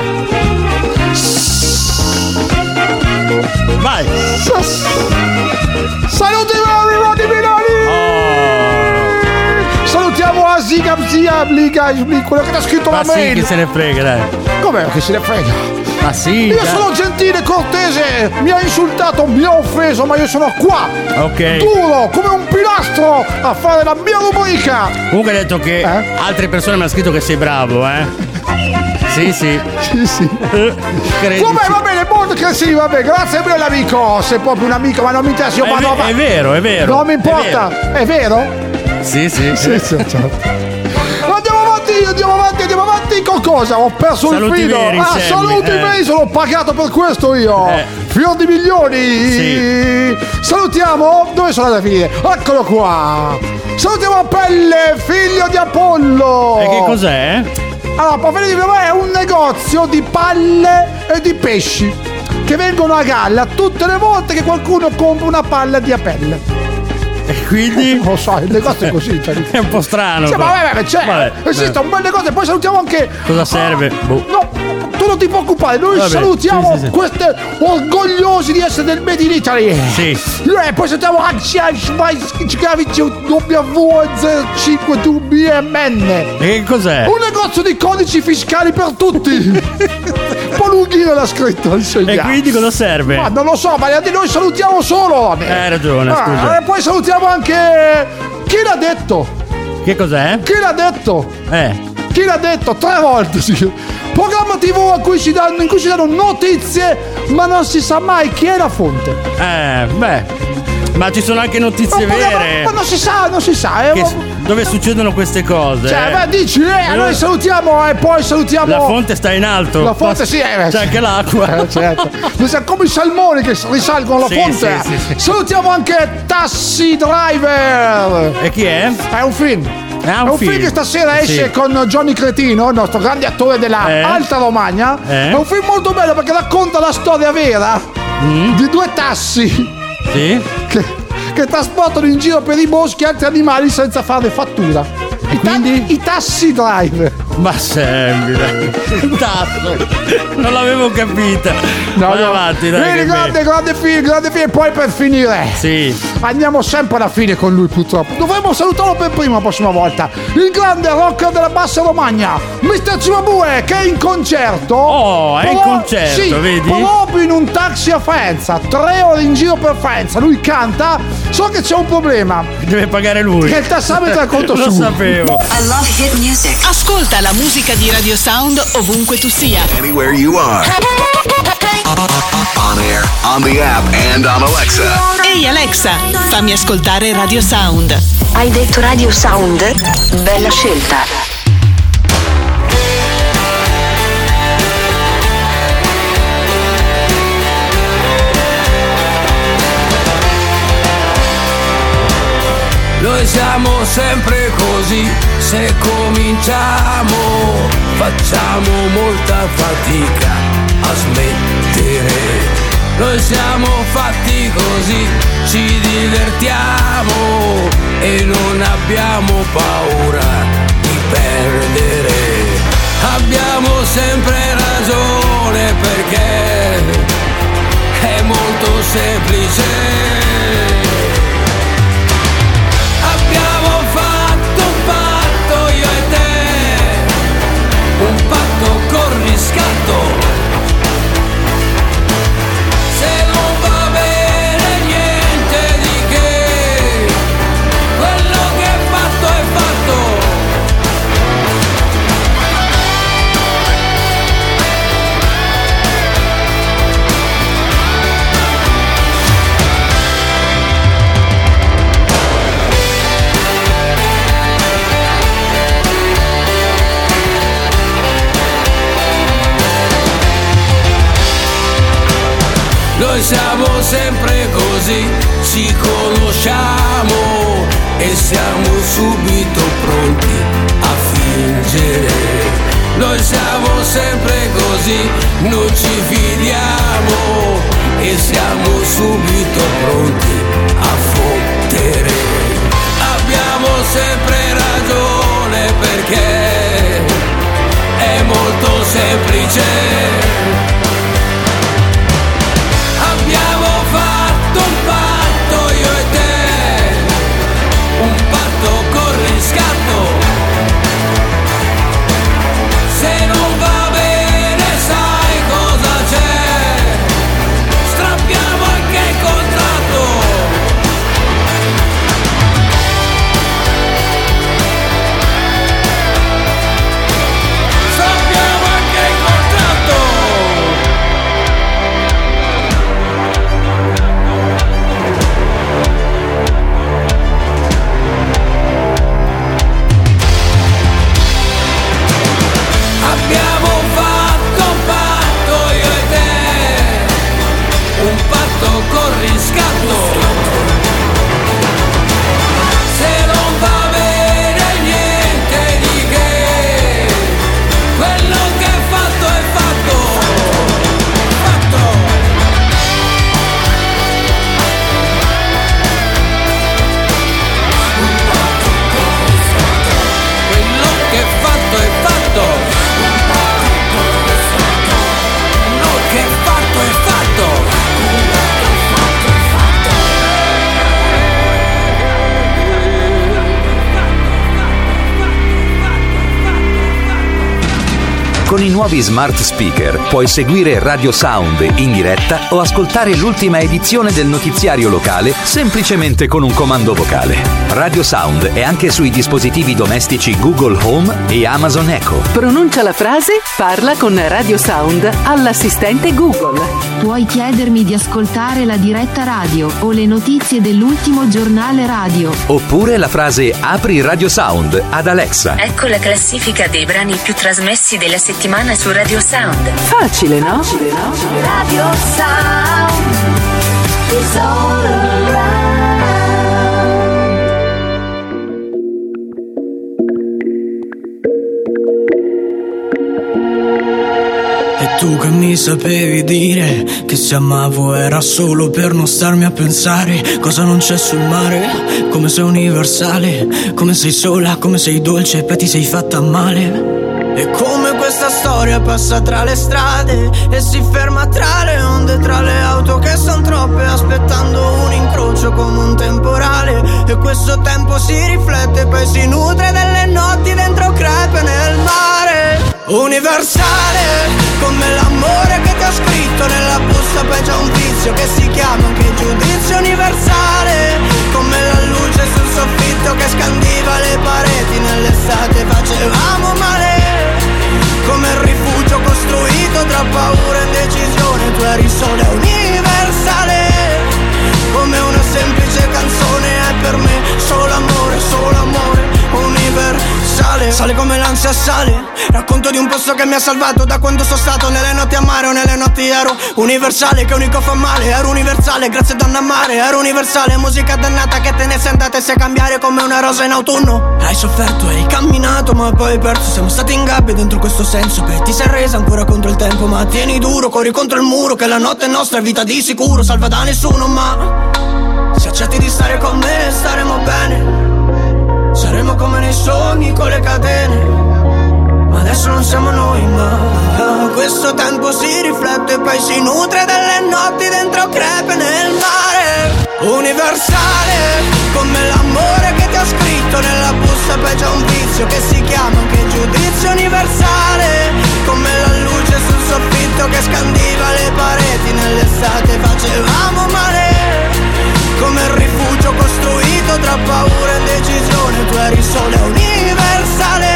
Vai. Saluti arrivati Milani. Salutiamo Asiga quello che ti ha scritto la mail. Ma sì, che se ne frega, dai. Com'è che se ne frega? Ma sì. Io sono gentile, cortese, mi ha insultato, mi ha offeso, ma io sono qua. Ok. Duro, come un pilastro, a fare la mia rubrica. Comunque hai detto che altre persone mi hanno scritto che sei bravo, Sì. Come va bene, molto che sì, vabbè, grazie mille l'amico. Sei proprio un amico, ma non mi interessa, io vado avanti. È vero. Non mi importa, è vero? Sì. Certo. Andiamo avanti con cosa? Ho perso il filo. Saluti veri, sono pagato per questo io. Fior di milioni. Sì. Salutiamo. Dove sono andate a finire? Eccolo qua. Salutiamo Pelle, figlio di Apollo. E che cos'è? Allora, Pelle di Apollo è un negozio di palle e di pesci che vengono a galla tutte le volte che qualcuno compra una palla di Apelle. E quindi? Non lo so, il negozio è così. È un po' strano. Sì, ma vabbè, esiste un bel negozio. Poi salutiamo anche. Cosa serve? No, tu non ti preoccupare. Noi salutiamo queste orgogliosi di essere del Made in Italy. Sì. Poi salutiamo W05BMN. E che cos'è? Un negozio di codici fiscali per tutti. Un po' lunghino l'ha scritto il segnale. E quindi cosa serve? Ma non lo so, ma noi salutiamo solo. Hai ragione, scusa. E poi salutiamo anche. Chi l'ha detto? Che cos'è? Chi l'ha detto? Chi l'ha detto? 3 volte, sì. Programma TV in cui si danno notizie, ma non si sa mai chi è la fonte. Ma ci sono anche notizie vere. Ma non si sa. Dove succedono queste cose? Cioè, dici, noi salutiamo e poi salutiamo. La fonte sta in alto. La fonte sì, c'è anche l'acqua. Certo. Come i salmoni che risalgono la fonte. Sì. Salutiamo anche Taxi Driver. E chi è? È un film. È un film che stasera esce con Johnny Cretino, il nostro grande attore della Alta Romagna. È un film molto bello perché racconta la storia vera di 2 tassi che trasportano in giro per i boschi altri animali senza fare fattura. E quindi? I Taxi Driver. Ma semplice. Il tasso. Non l'avevo capita. Vai avanti, dai. Grande film. E poi per finire. Andiamo sempre alla fine con lui, purtroppo. Dovremmo salutarlo per prima la prossima volta. Il grande rocker della Bassa Romagna, Mr. Cimabue, che è in concerto. È in concerto, vedi? Proprio in un taxi a Faenza. 3 ore in giro per Faenza. Lui canta. So che c'è un problema. Deve pagare lui. Che il tassametro è conto Lo suo. sapevo. I love hit music. Ascolta la musica di Radio Sound ovunque tu sia. Anywhere you are. On air, on the app and on Alexa. Ehi Alexa, fammi ascoltare Radio Sound. Hai detto Radio Sound? Bella scelta. Noi siamo sempre così, se cominciamo facciamo molta fatica a smettere. Noi siamo fatti così, ci divertiamo e non abbiamo paura di perdere. Abbiamo sempre ragione perché è molto semplice. Abbiamo fatto un patto io e te, un patto con riscatto. Se non va bene niente di che, quello che è fatto è fatto. Noi siamo sempre così, ci conosciamo e siamo subito pronti a fingere. Noi siamo sempre così, non ci fidiamo e siamo subito pronti a fottere. Abbiamo sempre ragione perché è molto semplice. Abbiamo fatto un patto io e te, un patto con riscatto. Se non va bene sai cosa c'è, Con i nuovi smart speaker puoi seguire Radio Sound in diretta o ascoltare l'ultima edizione del notiziario locale semplicemente con un comando vocale. Radio Sound è anche sui dispositivi domestici Google Home e Amazon Echo. Pronuncia la frase, parla con Radio Sound all'assistente Google. Puoi chiedermi di ascoltare la diretta radio o le notizie dell'ultimo giornale radio. Oppure la frase apri Radio Sound ad Alexa. Ecco la classifica dei brani più trasmessi della settimana su Radio Sound. Facile, no? Radio Sound is all around. E tu che mi sapevi dire che se amavo era solo per non starmi a pensare cosa non c'è sul mare, come sei universale, come sei sola, come sei dolce e poi ti sei fatta male. E come questa storia passa tra le strade e si ferma tra le onde, tra le auto che son troppe, aspettando un incrocio come un temporale. E questo tempo si riflette e poi si nutre delle notti dentro crepe nel mare. Universale, come l'amore che ti ho scritto nella busta, poi c'è un vizio che si chiama anche giudizio. Universale, come la luce sul soffitto che scandiva le pareti nell'estate, facevamo male. Come il rifugio costruito tra paura e indecisione, tu eri sole universale. Come una semplice canzone è per me solo amore universale. Sale come l'ansia sale, racconto di un posto che mi ha salvato da quando sono stato nelle notti a mare o nelle notti ero universale. Che unico fa male, ero universale, grazie donna mare, ero universale. Musica dannata che te ne sei andata e sai cambiare come una rosa in autunno. Hai sofferto, hai camminato ma poi hai perso, siamo stati in gabbia dentro questo senso. Poi ti sei resa ancora contro il tempo, ma tieni duro, corri contro il muro, che la notte è nostra, vita di sicuro, salva da nessuno. Ma se accetti di stare con me staremo bene, saremo come nei sogni con le catene, ma adesso non siamo noi, ma questo tempo si riflette e poi si nutre delle notti dentro crepe nel mare. Universale, come l'amore che ti ho scritto nella busta, poi c'è un vizio che si chiama anche giudizio. Universale, come la luce sul soffitto che scandiva le pareti nell'estate, facevamo male. Come il rifugio costruito tra paura e indecisione, tu eri sole universale,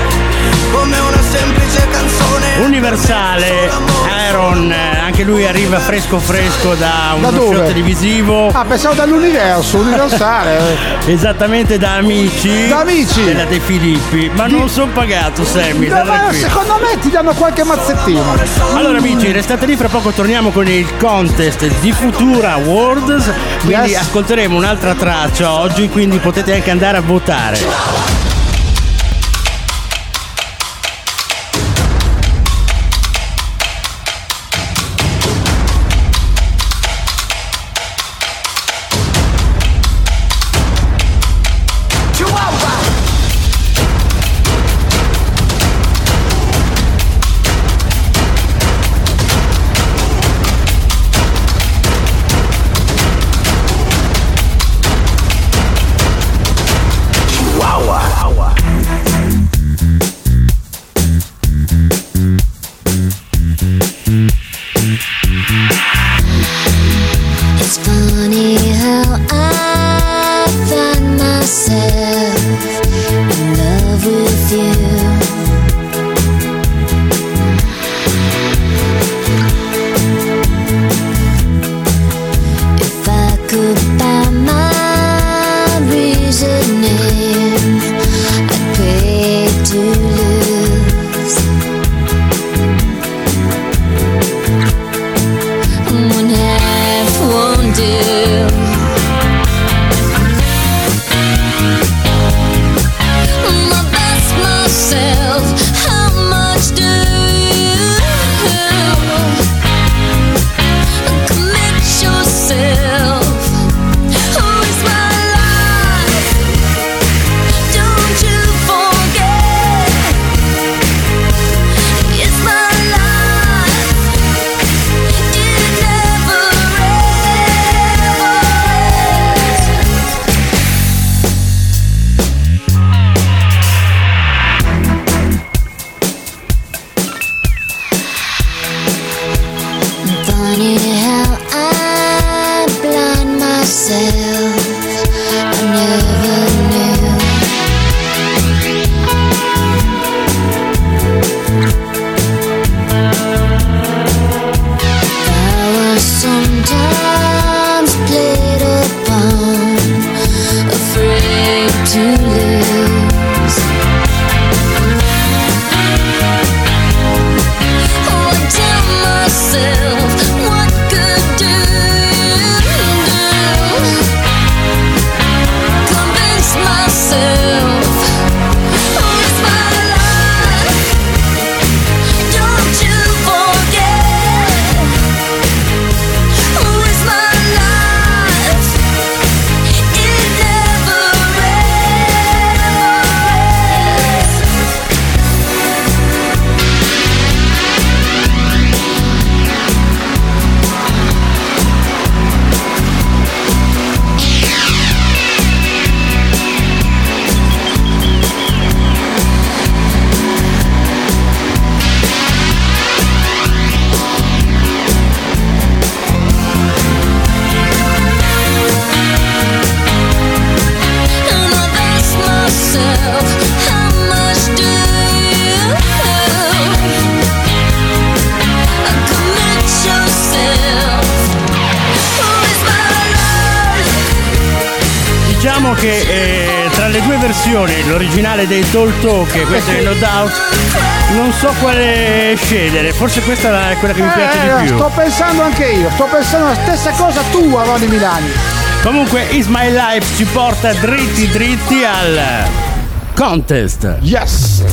come una semplice canzone universale. Aaron, anche lui arriva fresco da uno show televisivo. Ah, pensavo dall'universo universale. Esattamente, da amici della De Filippi. Ma non sono pagato, Sammy. Secondo me ti danno qualche mazzettino. Allora amici, restate lì, fra poco torniamo con il contest di Futura Awards. Quindi ascolteremo un'altra traccia oggi, quindi potete anche andare a votare. Chihuahua. Funny how I blind myself. I never knew. I was sometimes played upon, afraid to lose. Oh, I tell myself, what good do you do? Convince myself, oh, it's my life. Don't you forget, oh, it's my life. It never ends. And I've asked myself, how much do you commit yourself? Oh, it's my life. Diciamo che tra le due versioni, l'originale dei Talk Talk e questa di No Doubt, non so quale scegliere. Forse questa è quella che mi piace di più. Sto pensando anche io, sto pensando la stessa cosa tua, Ronny Milani. Comunque Is My Life ci porta dritti dritti al contest. Yes.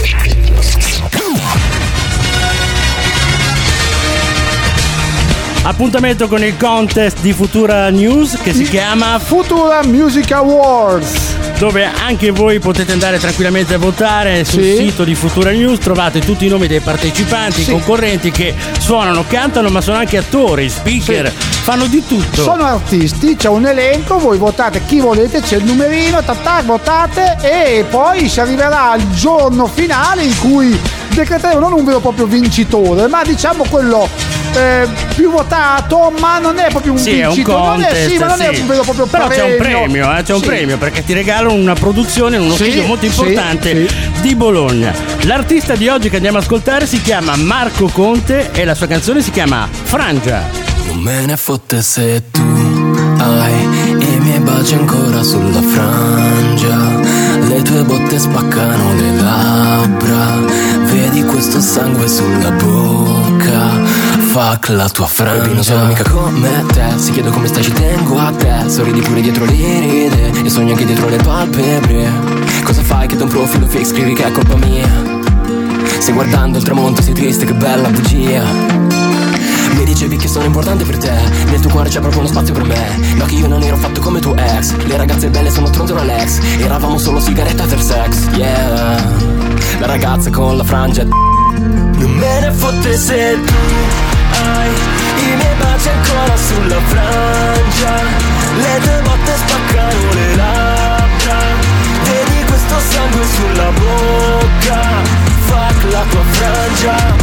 Appuntamento con il contest di Futura News che si chiama Futura Music Awards, dove anche voi potete andare tranquillamente a votare sul sito di Futura News. Trovate tutti i nomi dei partecipanti, i concorrenti che suonano, cantano, ma sono anche attori, speaker, fanno di tutto. Sono artisti, c'è un elenco, voi votate chi volete, c'è il numerino, votate e poi si arriverà al giorno finale in cui decreteremo non un vero e proprio vincitore, ma diciamo quello più votato, ma non è proprio un vincitore. È un contest, ma non è un vero e proprio però premio. c'è un premio, c'è un premio perché ti regalano una produzione, uno studio molto importante di Bologna. L'artista di oggi che andiamo ad ascoltare si chiama Marco Conte e la sua canzone si chiama Frangia. Non me ne fotte se tu hai i miei baci ancora sulla frangia, le tue botte spaccano le labbra, vedi questo sangue sulla bocca. Fuck la tua frangia. Non sono mica come te, se chiedo come stai ci tengo a te. Sorridi pure dietro le ride e sogni anche dietro le palpebre. Cosa fai che da un profilo fake scrivi che è colpa mia? Stai guardando il tramonto, sei triste, che bella bugia. Mi dicevi che sono importante per te, nel tuo cuore c'è proprio uno spazio per me. Ma che io non ero fatto come tuo ex. Le ragazze belle sono tronte una Lex. Eravamo solo sigaretta per sex. Yeah, la ragazza con la frangia. Non me ne fotte se tu hai i miei baci ancora sulla frangia, le tue botte spaccano le labbra, vedi questo sangue sulla bocca. Fuck la tua frangia.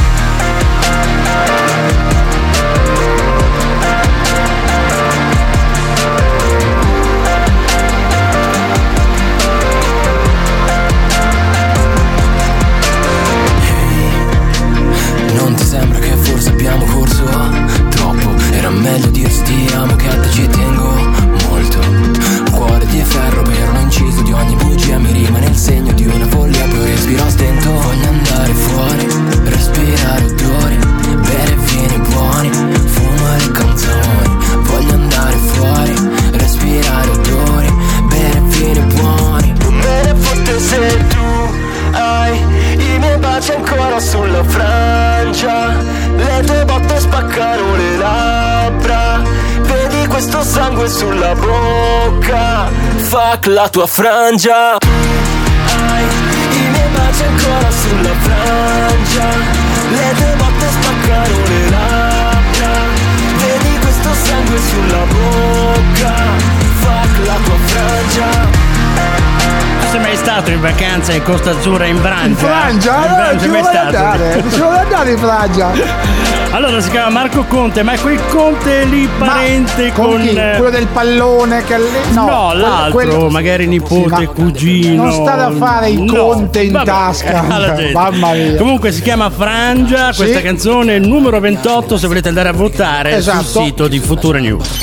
Non ti sembra che forse abbiamo corso troppo? Era meglio dirsi ti amo che a te ci tengo molto. Cuore di ferro per un inciso di ogni bugia, mi rimane il segno di una follia, poi respiro a stento. Voglio andare fuori, respirare odori, bere vini buoni, fumare canzoni. Voglio andare fuori, respirare odori, bere vini buoni. Non me ne fotte se tu hai i miei baci ancora sulla frangia, le tue botte spaccano le labbra, vedi questo sangue sulla bocca. Fuck la tua frangia. Hai i miei baci ancora sulla frangia, le tue botte spaccano le labbra, vedi questo sangue sulla bocca. Fuck la tua frangia. Non sei mai stato stato in vacanza in Costa Azzurra in Francia? In Francia? Non ci mai stato. Ci vuole andare in Francia. Allora si chiama Marco Conte, ma è quel Conte lì parente con chi? Quello del pallone che no, l'altro, magari nipote, cugino. Non sta da fare il Conte in tasca. Mamma mia. Comunque si chiama Frangia, questa canzone numero 28 se volete andare a votare sul sito di Future News.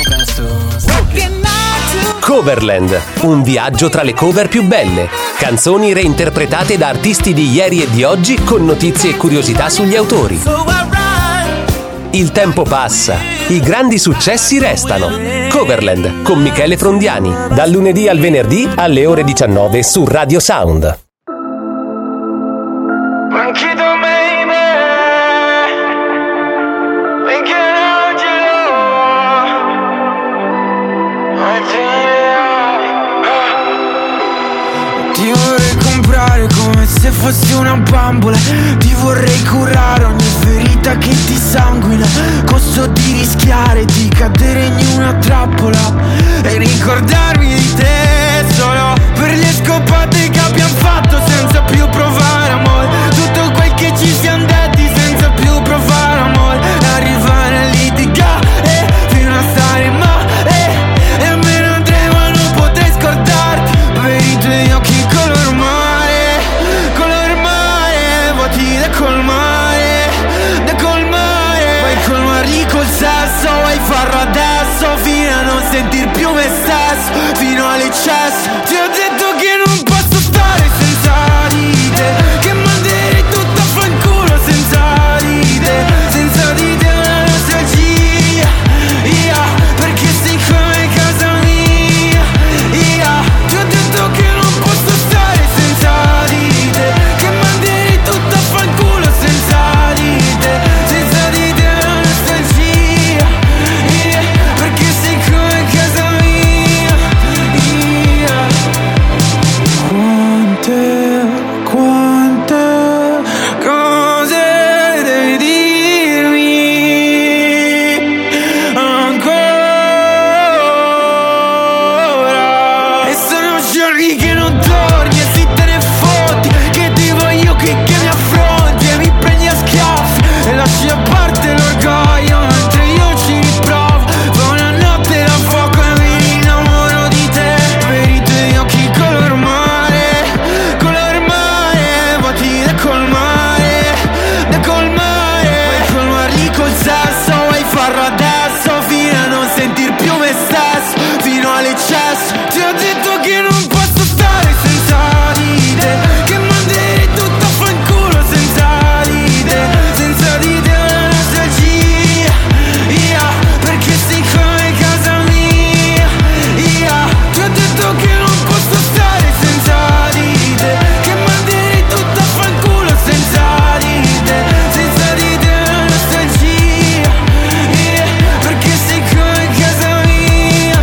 Coverland, un viaggio tra le cover più belle. Canzoni reinterpretate da artisti di ieri e di oggi con notizie e curiosità sugli autori. Il tempo passa, i grandi successi restano. Coverland con Michele Frondiani, dal lunedì al venerdì alle ore 19 su Radio Sound. Ti vorrei comprare come se fossi una bambola. Ti vorrei curare ogni ferita che ti sanguina. Costo di rischiare di cadere in una trappola e ricordarmi di te solo per le scopate che abbiamo fatto senza più provare amore. Tutto quel che ci siamo detti senza più provare amore. Arrivare a litigare fino a stare male e a me non trema, non potrei scordarti per i tuoi occhi color mare, vuoti da colmare, vuoi colmarli col sesso, vuoi farlo adesso fino a non sentir più me stesso, fino all'eccesso. Ti ho detto che non posso stare senza di te, che manderei tutto a fanculo senza di te, senza di te una nostalgia, perché sei come casa mia, ti ho detto che non posso stare senza di te, che manderei tutto a fanculo senza di te, senza di te una nostalgia, perché sei come casa mia. Quante cose devi dirmi ancora, e sono giorni che non torni e si te ne fotti, che ti voglio che mi affronti e mi prendi a schiaffi e lasci a parte l'orgoglio mentre io ci riprovo. Fa una notte da fuoco e mi innamoro di te, per i tuoi occhi color mare, vuoti da colmare, vuoi colmarli col sesso, vuoi farlo adesso fino a non sentir più me stesso, fino all'eccesso. Ti ho detto che non posso stare senza di te, che manderei tutto a fanculo senza di te, senza di te una nostalgia, perché sei come casa mia, ti ho detto che non posso stare senza di te, che manderei tutto a fanculo senza di te, senza di te una nostalgia, perché sei come casa mia.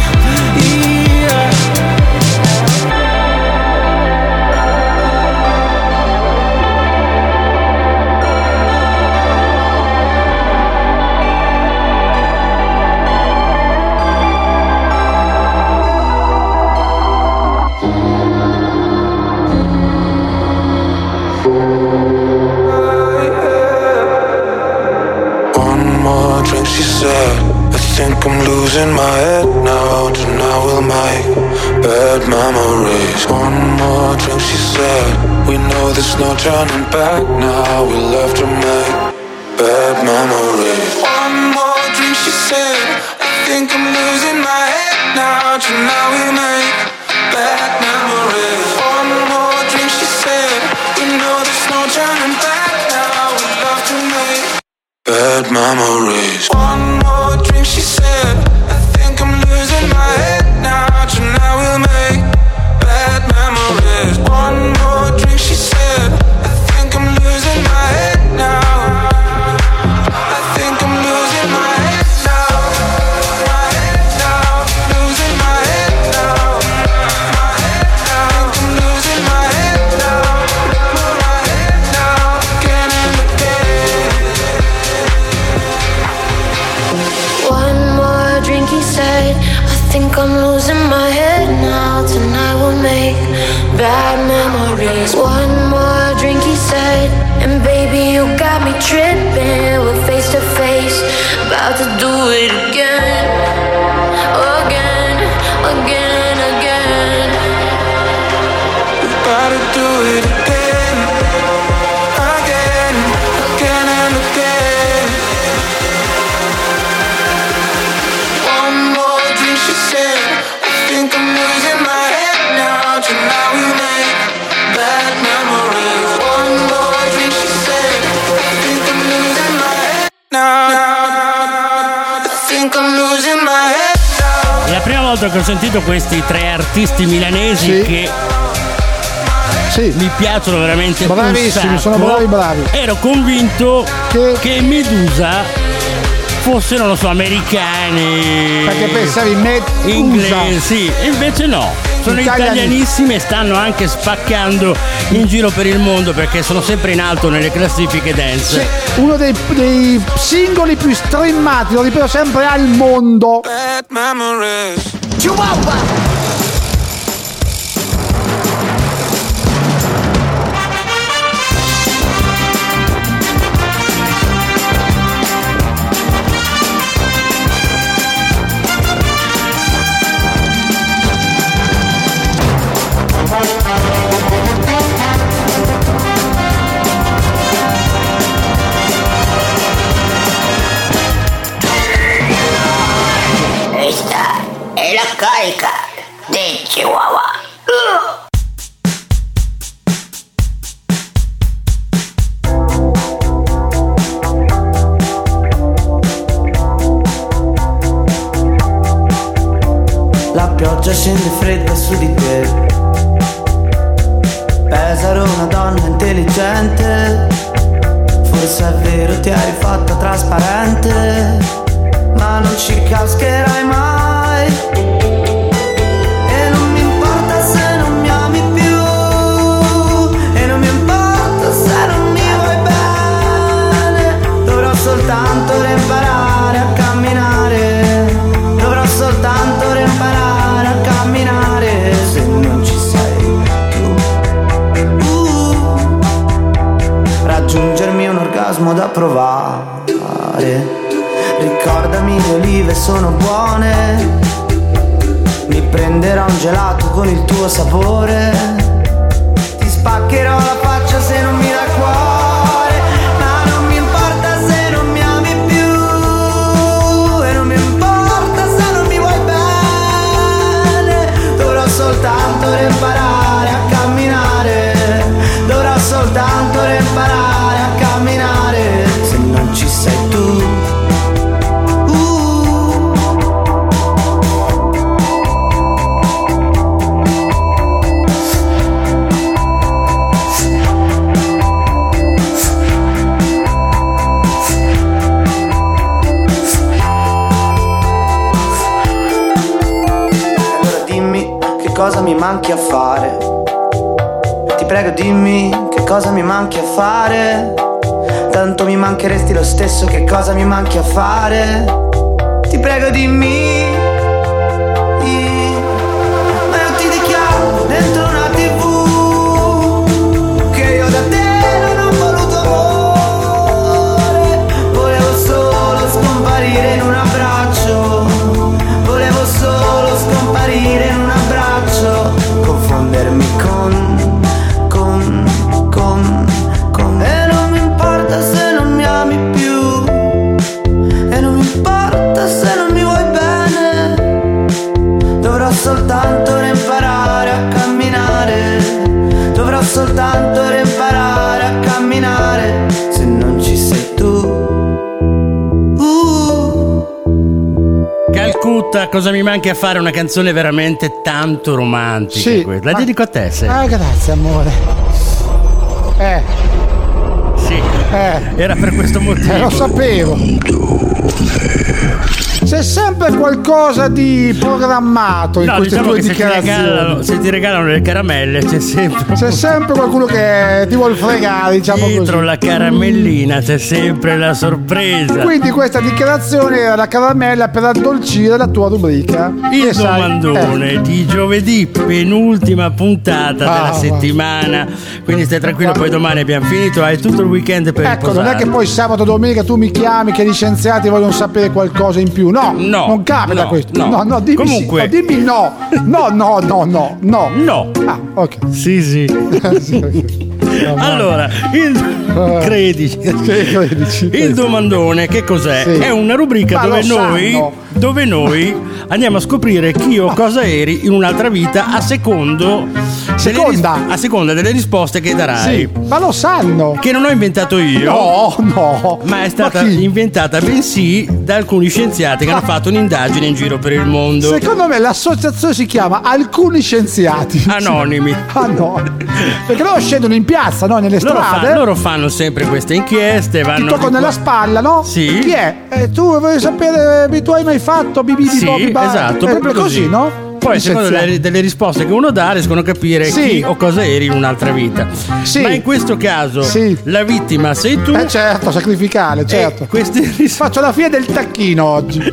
One more drink, she said. I think I'm losing my head now. Tonight we'll make bad memories. One more drink, she said. We know there's no turning back now. We'll have to make bad memories. One more drink, she said. I think I'm losing my head now. Tonight we'll make bad memories. One more drink, she said. We know there's no turning back now. We'll have to make bad memories. One more drink, she said. I think I'm losing my head now. Tonight we'll make bad memories. One more drink, she said. I think I'm losing my head now. I think I'm losing my head now. My head now. Losing my head now. My head now. I think I'm losing my head now. My head now. Again and again. One more drink, he said. I think I'm losing my head now. Tonight we'll make bad memories. One more drink, he said, and baby, you got me tripping. We're face to face, about to do it again, again, again, again. We're about to do it again, again, again and again. One more drink, she said, I think I'm losing my head now. Tonight we make bad memories. One more drink, she said, I think I'm losing my head now. I think I'm losing my head now. È la prima volta che ho sentito questi tre artisti milanesi che mi piacciono veramente. Bravissimi, sono bravi. Ero convinto che Medusa fosse, non lo so, americani. Perché pensavi Medusa? Inglesi, sì, e invece no. Sono italianissimi e stanno anche spaccando in giro per il mondo perché sono sempre in alto nelle classifiche dance. Sì, uno dei singoli più streamati, lo ripeto sempre, al mondo. Bad memories. Chihuahua. Esta è la carica di Chihuahua. La pioggia scende fredda su di te. Pesaro, una donna intelligente. Forse è vero, ti hai rifatta trasparente, ma non ci cascherai mai. E non mi importa se non mi ami più, e non mi importa se non mi vuoi bene. Dovrò soltanto imparare a camminare. Dovrò soltanto imparare a camminare. Se non ci sei tu, raggiungermi un orgasmo da provare. Ricordami, le olive sono buone. Mi prenderò un gelato con il tuo sapore. Ti spaccherò la faccia se non mi dai cuore. Ma non mi importa se non mi ami più, e non mi importa se non mi vuoi bene. Dovrò soltanto imparare a camminare. Dovrò soltanto imparare a camminare. Se non ci sei tu. Cosa mi manchi a fare? Ti prego dimmi che cosa mi manchi a fare. Tanto mi mancheresti lo stesso, che cosa mi manchi a fare? Ti prego dimmi. Ma io ti dichiaro dentro una TV che io da te non ho voluto amore. Volevo solo scomparire in un abbraccio. Volevo solo scomparire in un abbraccio, confondermi con e non mi importa se non mi ami più, e non mi importa se non mi vuoi bene. Dovrò soltanto imparare a camminare. Dovrò soltanto imparare a camminare. Se non ci sei tu. Calcutta, cosa mi manchi a fare? Una canzone veramente tanto romantica. Sì, questa. La dedico a te, se. Grazie amore. Sì. Era per questo motivo. Lo sapevo. C'è sempre qualcosa di programmato in queste tue dichiarazioni. Se ti regalano le caramelle c'è sempre qualcuno che ti vuol fregare, diciamo dietro così. la caramellina c'è sempre la sorpresa. Quindi questa dichiarazione era la caramella per addolcire la tua rubrica. Il domandone di giovedì, penultima puntata della settimana. Quindi stai tranquillo, poi domani abbiamo finito, hai tutto il weekend per riposare. Non è che poi sabato domenica tu mi chiami che gli scienziati vogliono sapere qualcosa in più. No, non capita questo. No, dimmi comunque, dimmi no. No. Ah, ok. Sì. Allora, credici. Il domandone che cos'è? Sì. È una rubrica dove noi andiamo a scoprire chi o cosa eri in un'altra vita a seconda delle risposte che darai. Sì, ma lo sanno. Che non ho inventato io. No. Ma è stata inventata bensì da alcuni scienziati che hanno fatto un'indagine in giro per il mondo. Secondo me l'associazione si chiama Alcuni Scienziati Anonimi. Perché loro scendono in piazza, no? Nelle strade. Loro fanno sempre queste inchieste. Ti toccano nella spalla, no? Sì. Chi è? Tu vuoi sapere, tu hai mai fatto esatto, proprio così, no? Poi, secondo delle risposte che uno dà, riescono a capire chi o cosa eri in un'altra vita. Sì. Ma in questo caso, la vittima sei tu. Certo, sacrificale, certo. Faccio la fine del tacchino oggi.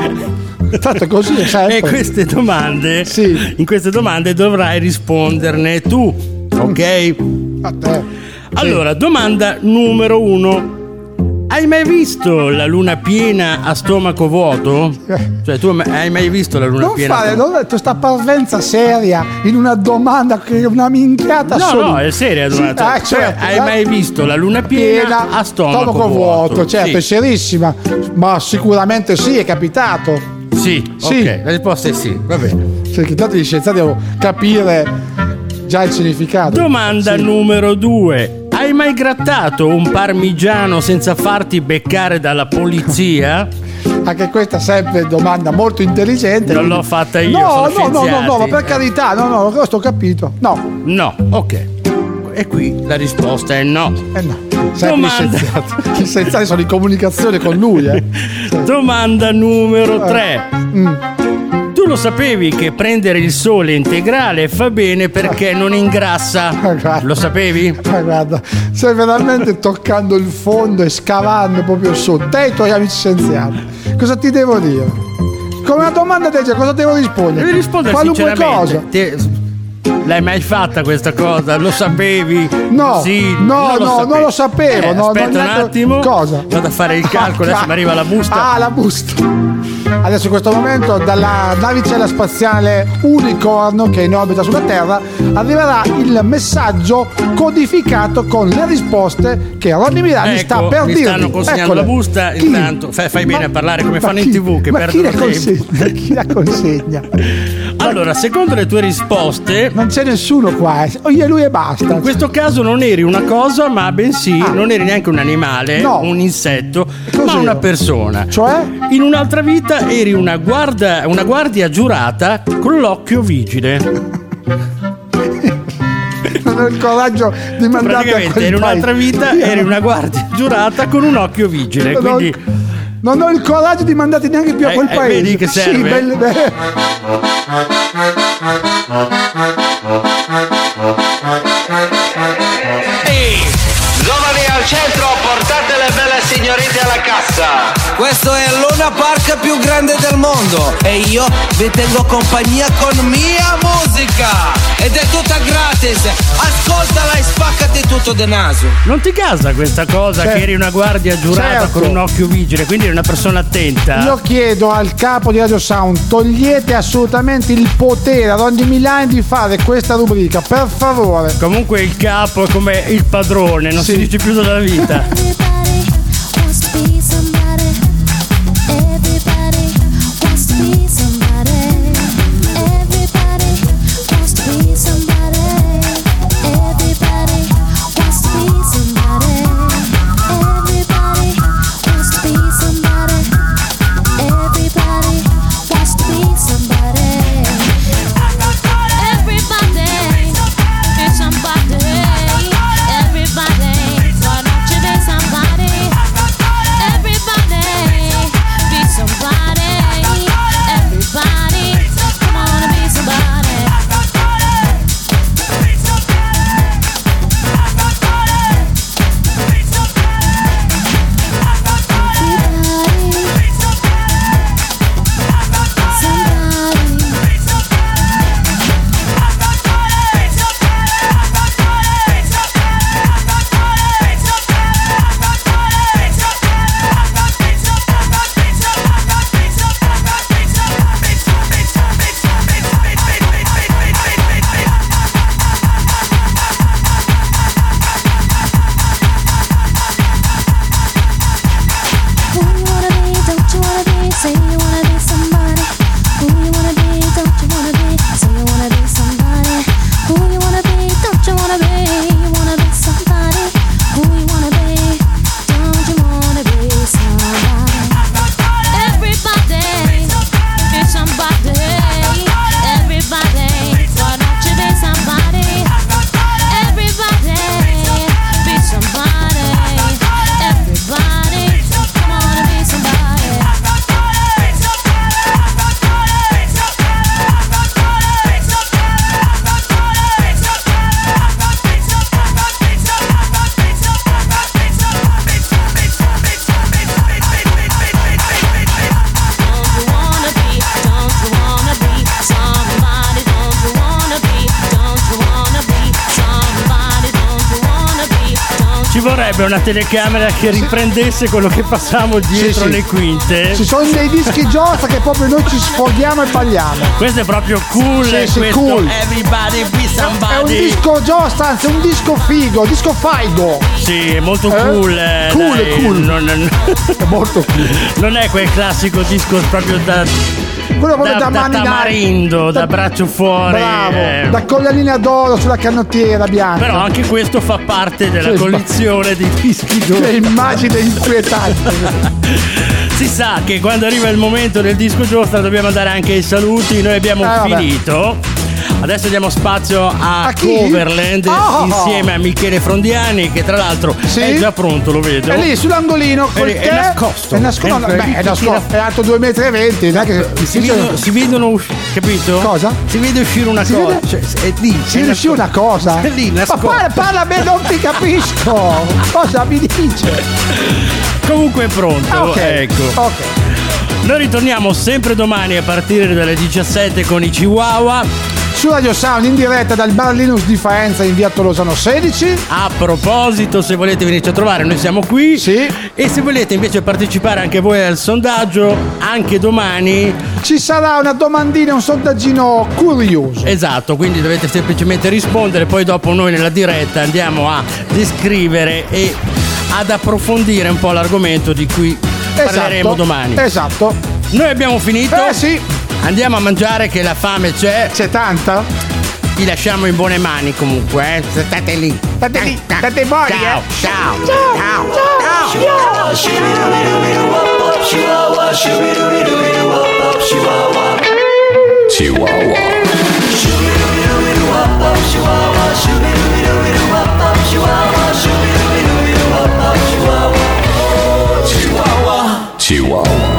Tanto così è sempre. E queste domande, in queste domande dovrai risponderne tu, ok? A te. Allora, domanda numero 1. Hai mai visto la luna piena a stomaco vuoto? Cioè, tu hai mai visto la luna piena? Non ho detto sta parvenza seria in una domanda che è una minchiata. No, è seria la domanda. Certo, hai mai visto la luna piena a stomaco vuoto? Certo, è serissima. Ma sicuramente sì, è capitato. Sì. Ok, la risposta è sì, va bene. Perché tanto gli scienziati devono capire già il significato. Domanda numero 2. Hai mai grattato un parmigiano senza farti beccare dalla polizia? Anche questa è sempre domanda molto intelligente. Non l'ho fatta io. No, ma per carità, no, questo ho capito. No, ok. E qui la risposta è no. Domanda. Gli scienziati sono in comunicazione con lui. Domanda numero 3. Tu lo sapevi che prendere il sole integrale fa bene perché non ingrassa? Lo sapevi? Guarda, stai veramente toccando il fondo e scavando proprio su. Te e i tuoi amici scienziati. Cosa ti devo dire? Come una domanda del genere, cosa devo rispondere? Devi rispondere qualunque cosa. L'hai mai fatta questa cosa? Lo sapevi? No, non lo sapevo. Aspetta un attimo. Cosa? Vado a fare il calcolo, adesso mi arriva la busta. La busta. Adesso in questo momento dalla navicella spaziale Unicorn che è in orbita sulla Terra arriverà il messaggio codificato con le risposte che Ronny Milani sta per dirvi. Mi stanno consegnando la busta. Intanto fai bene a parlare come fanno in TV che perdono tempo. Chi la consegna? Allora, secondo le tue risposte non c'è nessuno qua, io e lui e basta. In questo caso non eri una cosa, ma bensì non eri neanche un animale, un insetto, ma una persona. Cioè? In un'altra vita eri una guardia giurata con l'occhio vigile. Non ho il coraggio di mandare praticamente in un'altra vita eri una guardia giurata con un occhio vigile, quindi non ho il coraggio di mandarti neanche più a quel paese. Vedi che serve? Giovani al centro, portate le belle signorine alla cassa. Questo è il Luna Park più grande del mondo e io vi tengo compagnia con mia musica ed è tutta gratis. Ascoltala e spaccati tutto de naso. Non ti casa questa cosa che eri una guardia giurata con un occhio vigile, quindi eri una persona attenta? Io chiedo al capo di Radio Sound, togliete assolutamente il potere a Ronny Milani di fare questa rubrica, per favore. Comunque il capo è come il padrone, non si dice più dalla vita. Somebody, why don't you be somebody? servirebbe una telecamera che riprendesse quello che facciamo dietro le quinte. Ci sono dei dischi giostra che proprio noi ci sfoghiamo e balliamo. Questo è proprio cool. Sì, questo cool. Everybody be somebody. È un disco giostra, anzi un disco figo, disco faigo. Sì, è molto cool. Cool. È molto cool. Non è quel classico disco proprio quello proprio da mani tamarindo, da braccio fuori. Bravo, da collanina d'oro sulla canottiera bianca. Però anche questo fa parte della collezione di dischi d'oro. Che immagine inquietante. Si sa che quando arriva il momento del disco giostra dobbiamo andare anche ai saluti. Noi abbiamo finito. Adesso diamo spazio a Coverland insieme a Michele Frondiani, che tra l'altro è già pronto, lo vedo. È lì sull'angolino è nascosto. È nascosto. È nascosto. È alto 2,20 m. Non è che si vedono, capito? Cosa? Si vede uscire una cosa. È lì. Si vede uscire una cosa? È lì, nascosto. Ma parla a me, non ti capisco. Cosa mi dice? Comunque è pronto. Ecco. Ok. Noi ritorniamo sempre domani a partire dalle 17 con i Chihuahua. Su Radio Sound in diretta dal Bar Linus di Faenza in via Tolosano 16. A proposito, se volete venirci a trovare, noi siamo qui. Sì. E se volete invece partecipare anche voi al sondaggio, anche domani ci sarà una domandina, un sondaggino curioso. Esatto, quindi dovete semplicemente rispondere, poi dopo noi nella diretta andiamo a descrivere e ad approfondire un po' l'argomento di cui parleremo domani. Esatto. Noi abbiamo finito. Sì. Andiamo a mangiare che la fame c'è. C'è tanta? Vi lasciamo in buone mani comunque, state lì. State buoni. Ciao. Chihuahua.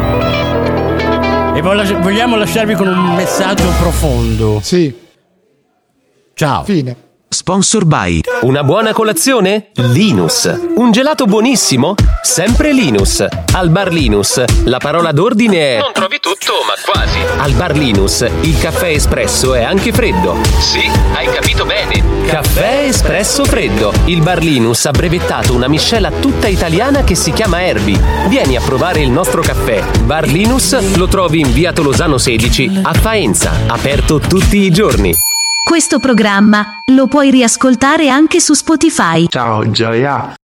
E vogliamo lasciarvi con un messaggio profondo. Sì. Ciao. Fine. Sponsor by una buona colazione? Linus. Un gelato buonissimo? Sempre Linus. Al Bar Linus la parola d'ordine è non trovi tutto, ma quasi. Al Bar Linus il caffè espresso è anche freddo. Sì, hai capito bene. Caffè espresso freddo. Il Bar Linus ha brevettato una miscela tutta italiana che si chiama Herbie. Vieni a provare il nostro caffè. Bar Linus lo trovi in via Tolosano 16 a Faenza, aperto tutti i giorni. Questo programma lo puoi riascoltare anche su Spotify. Ciao Gioia.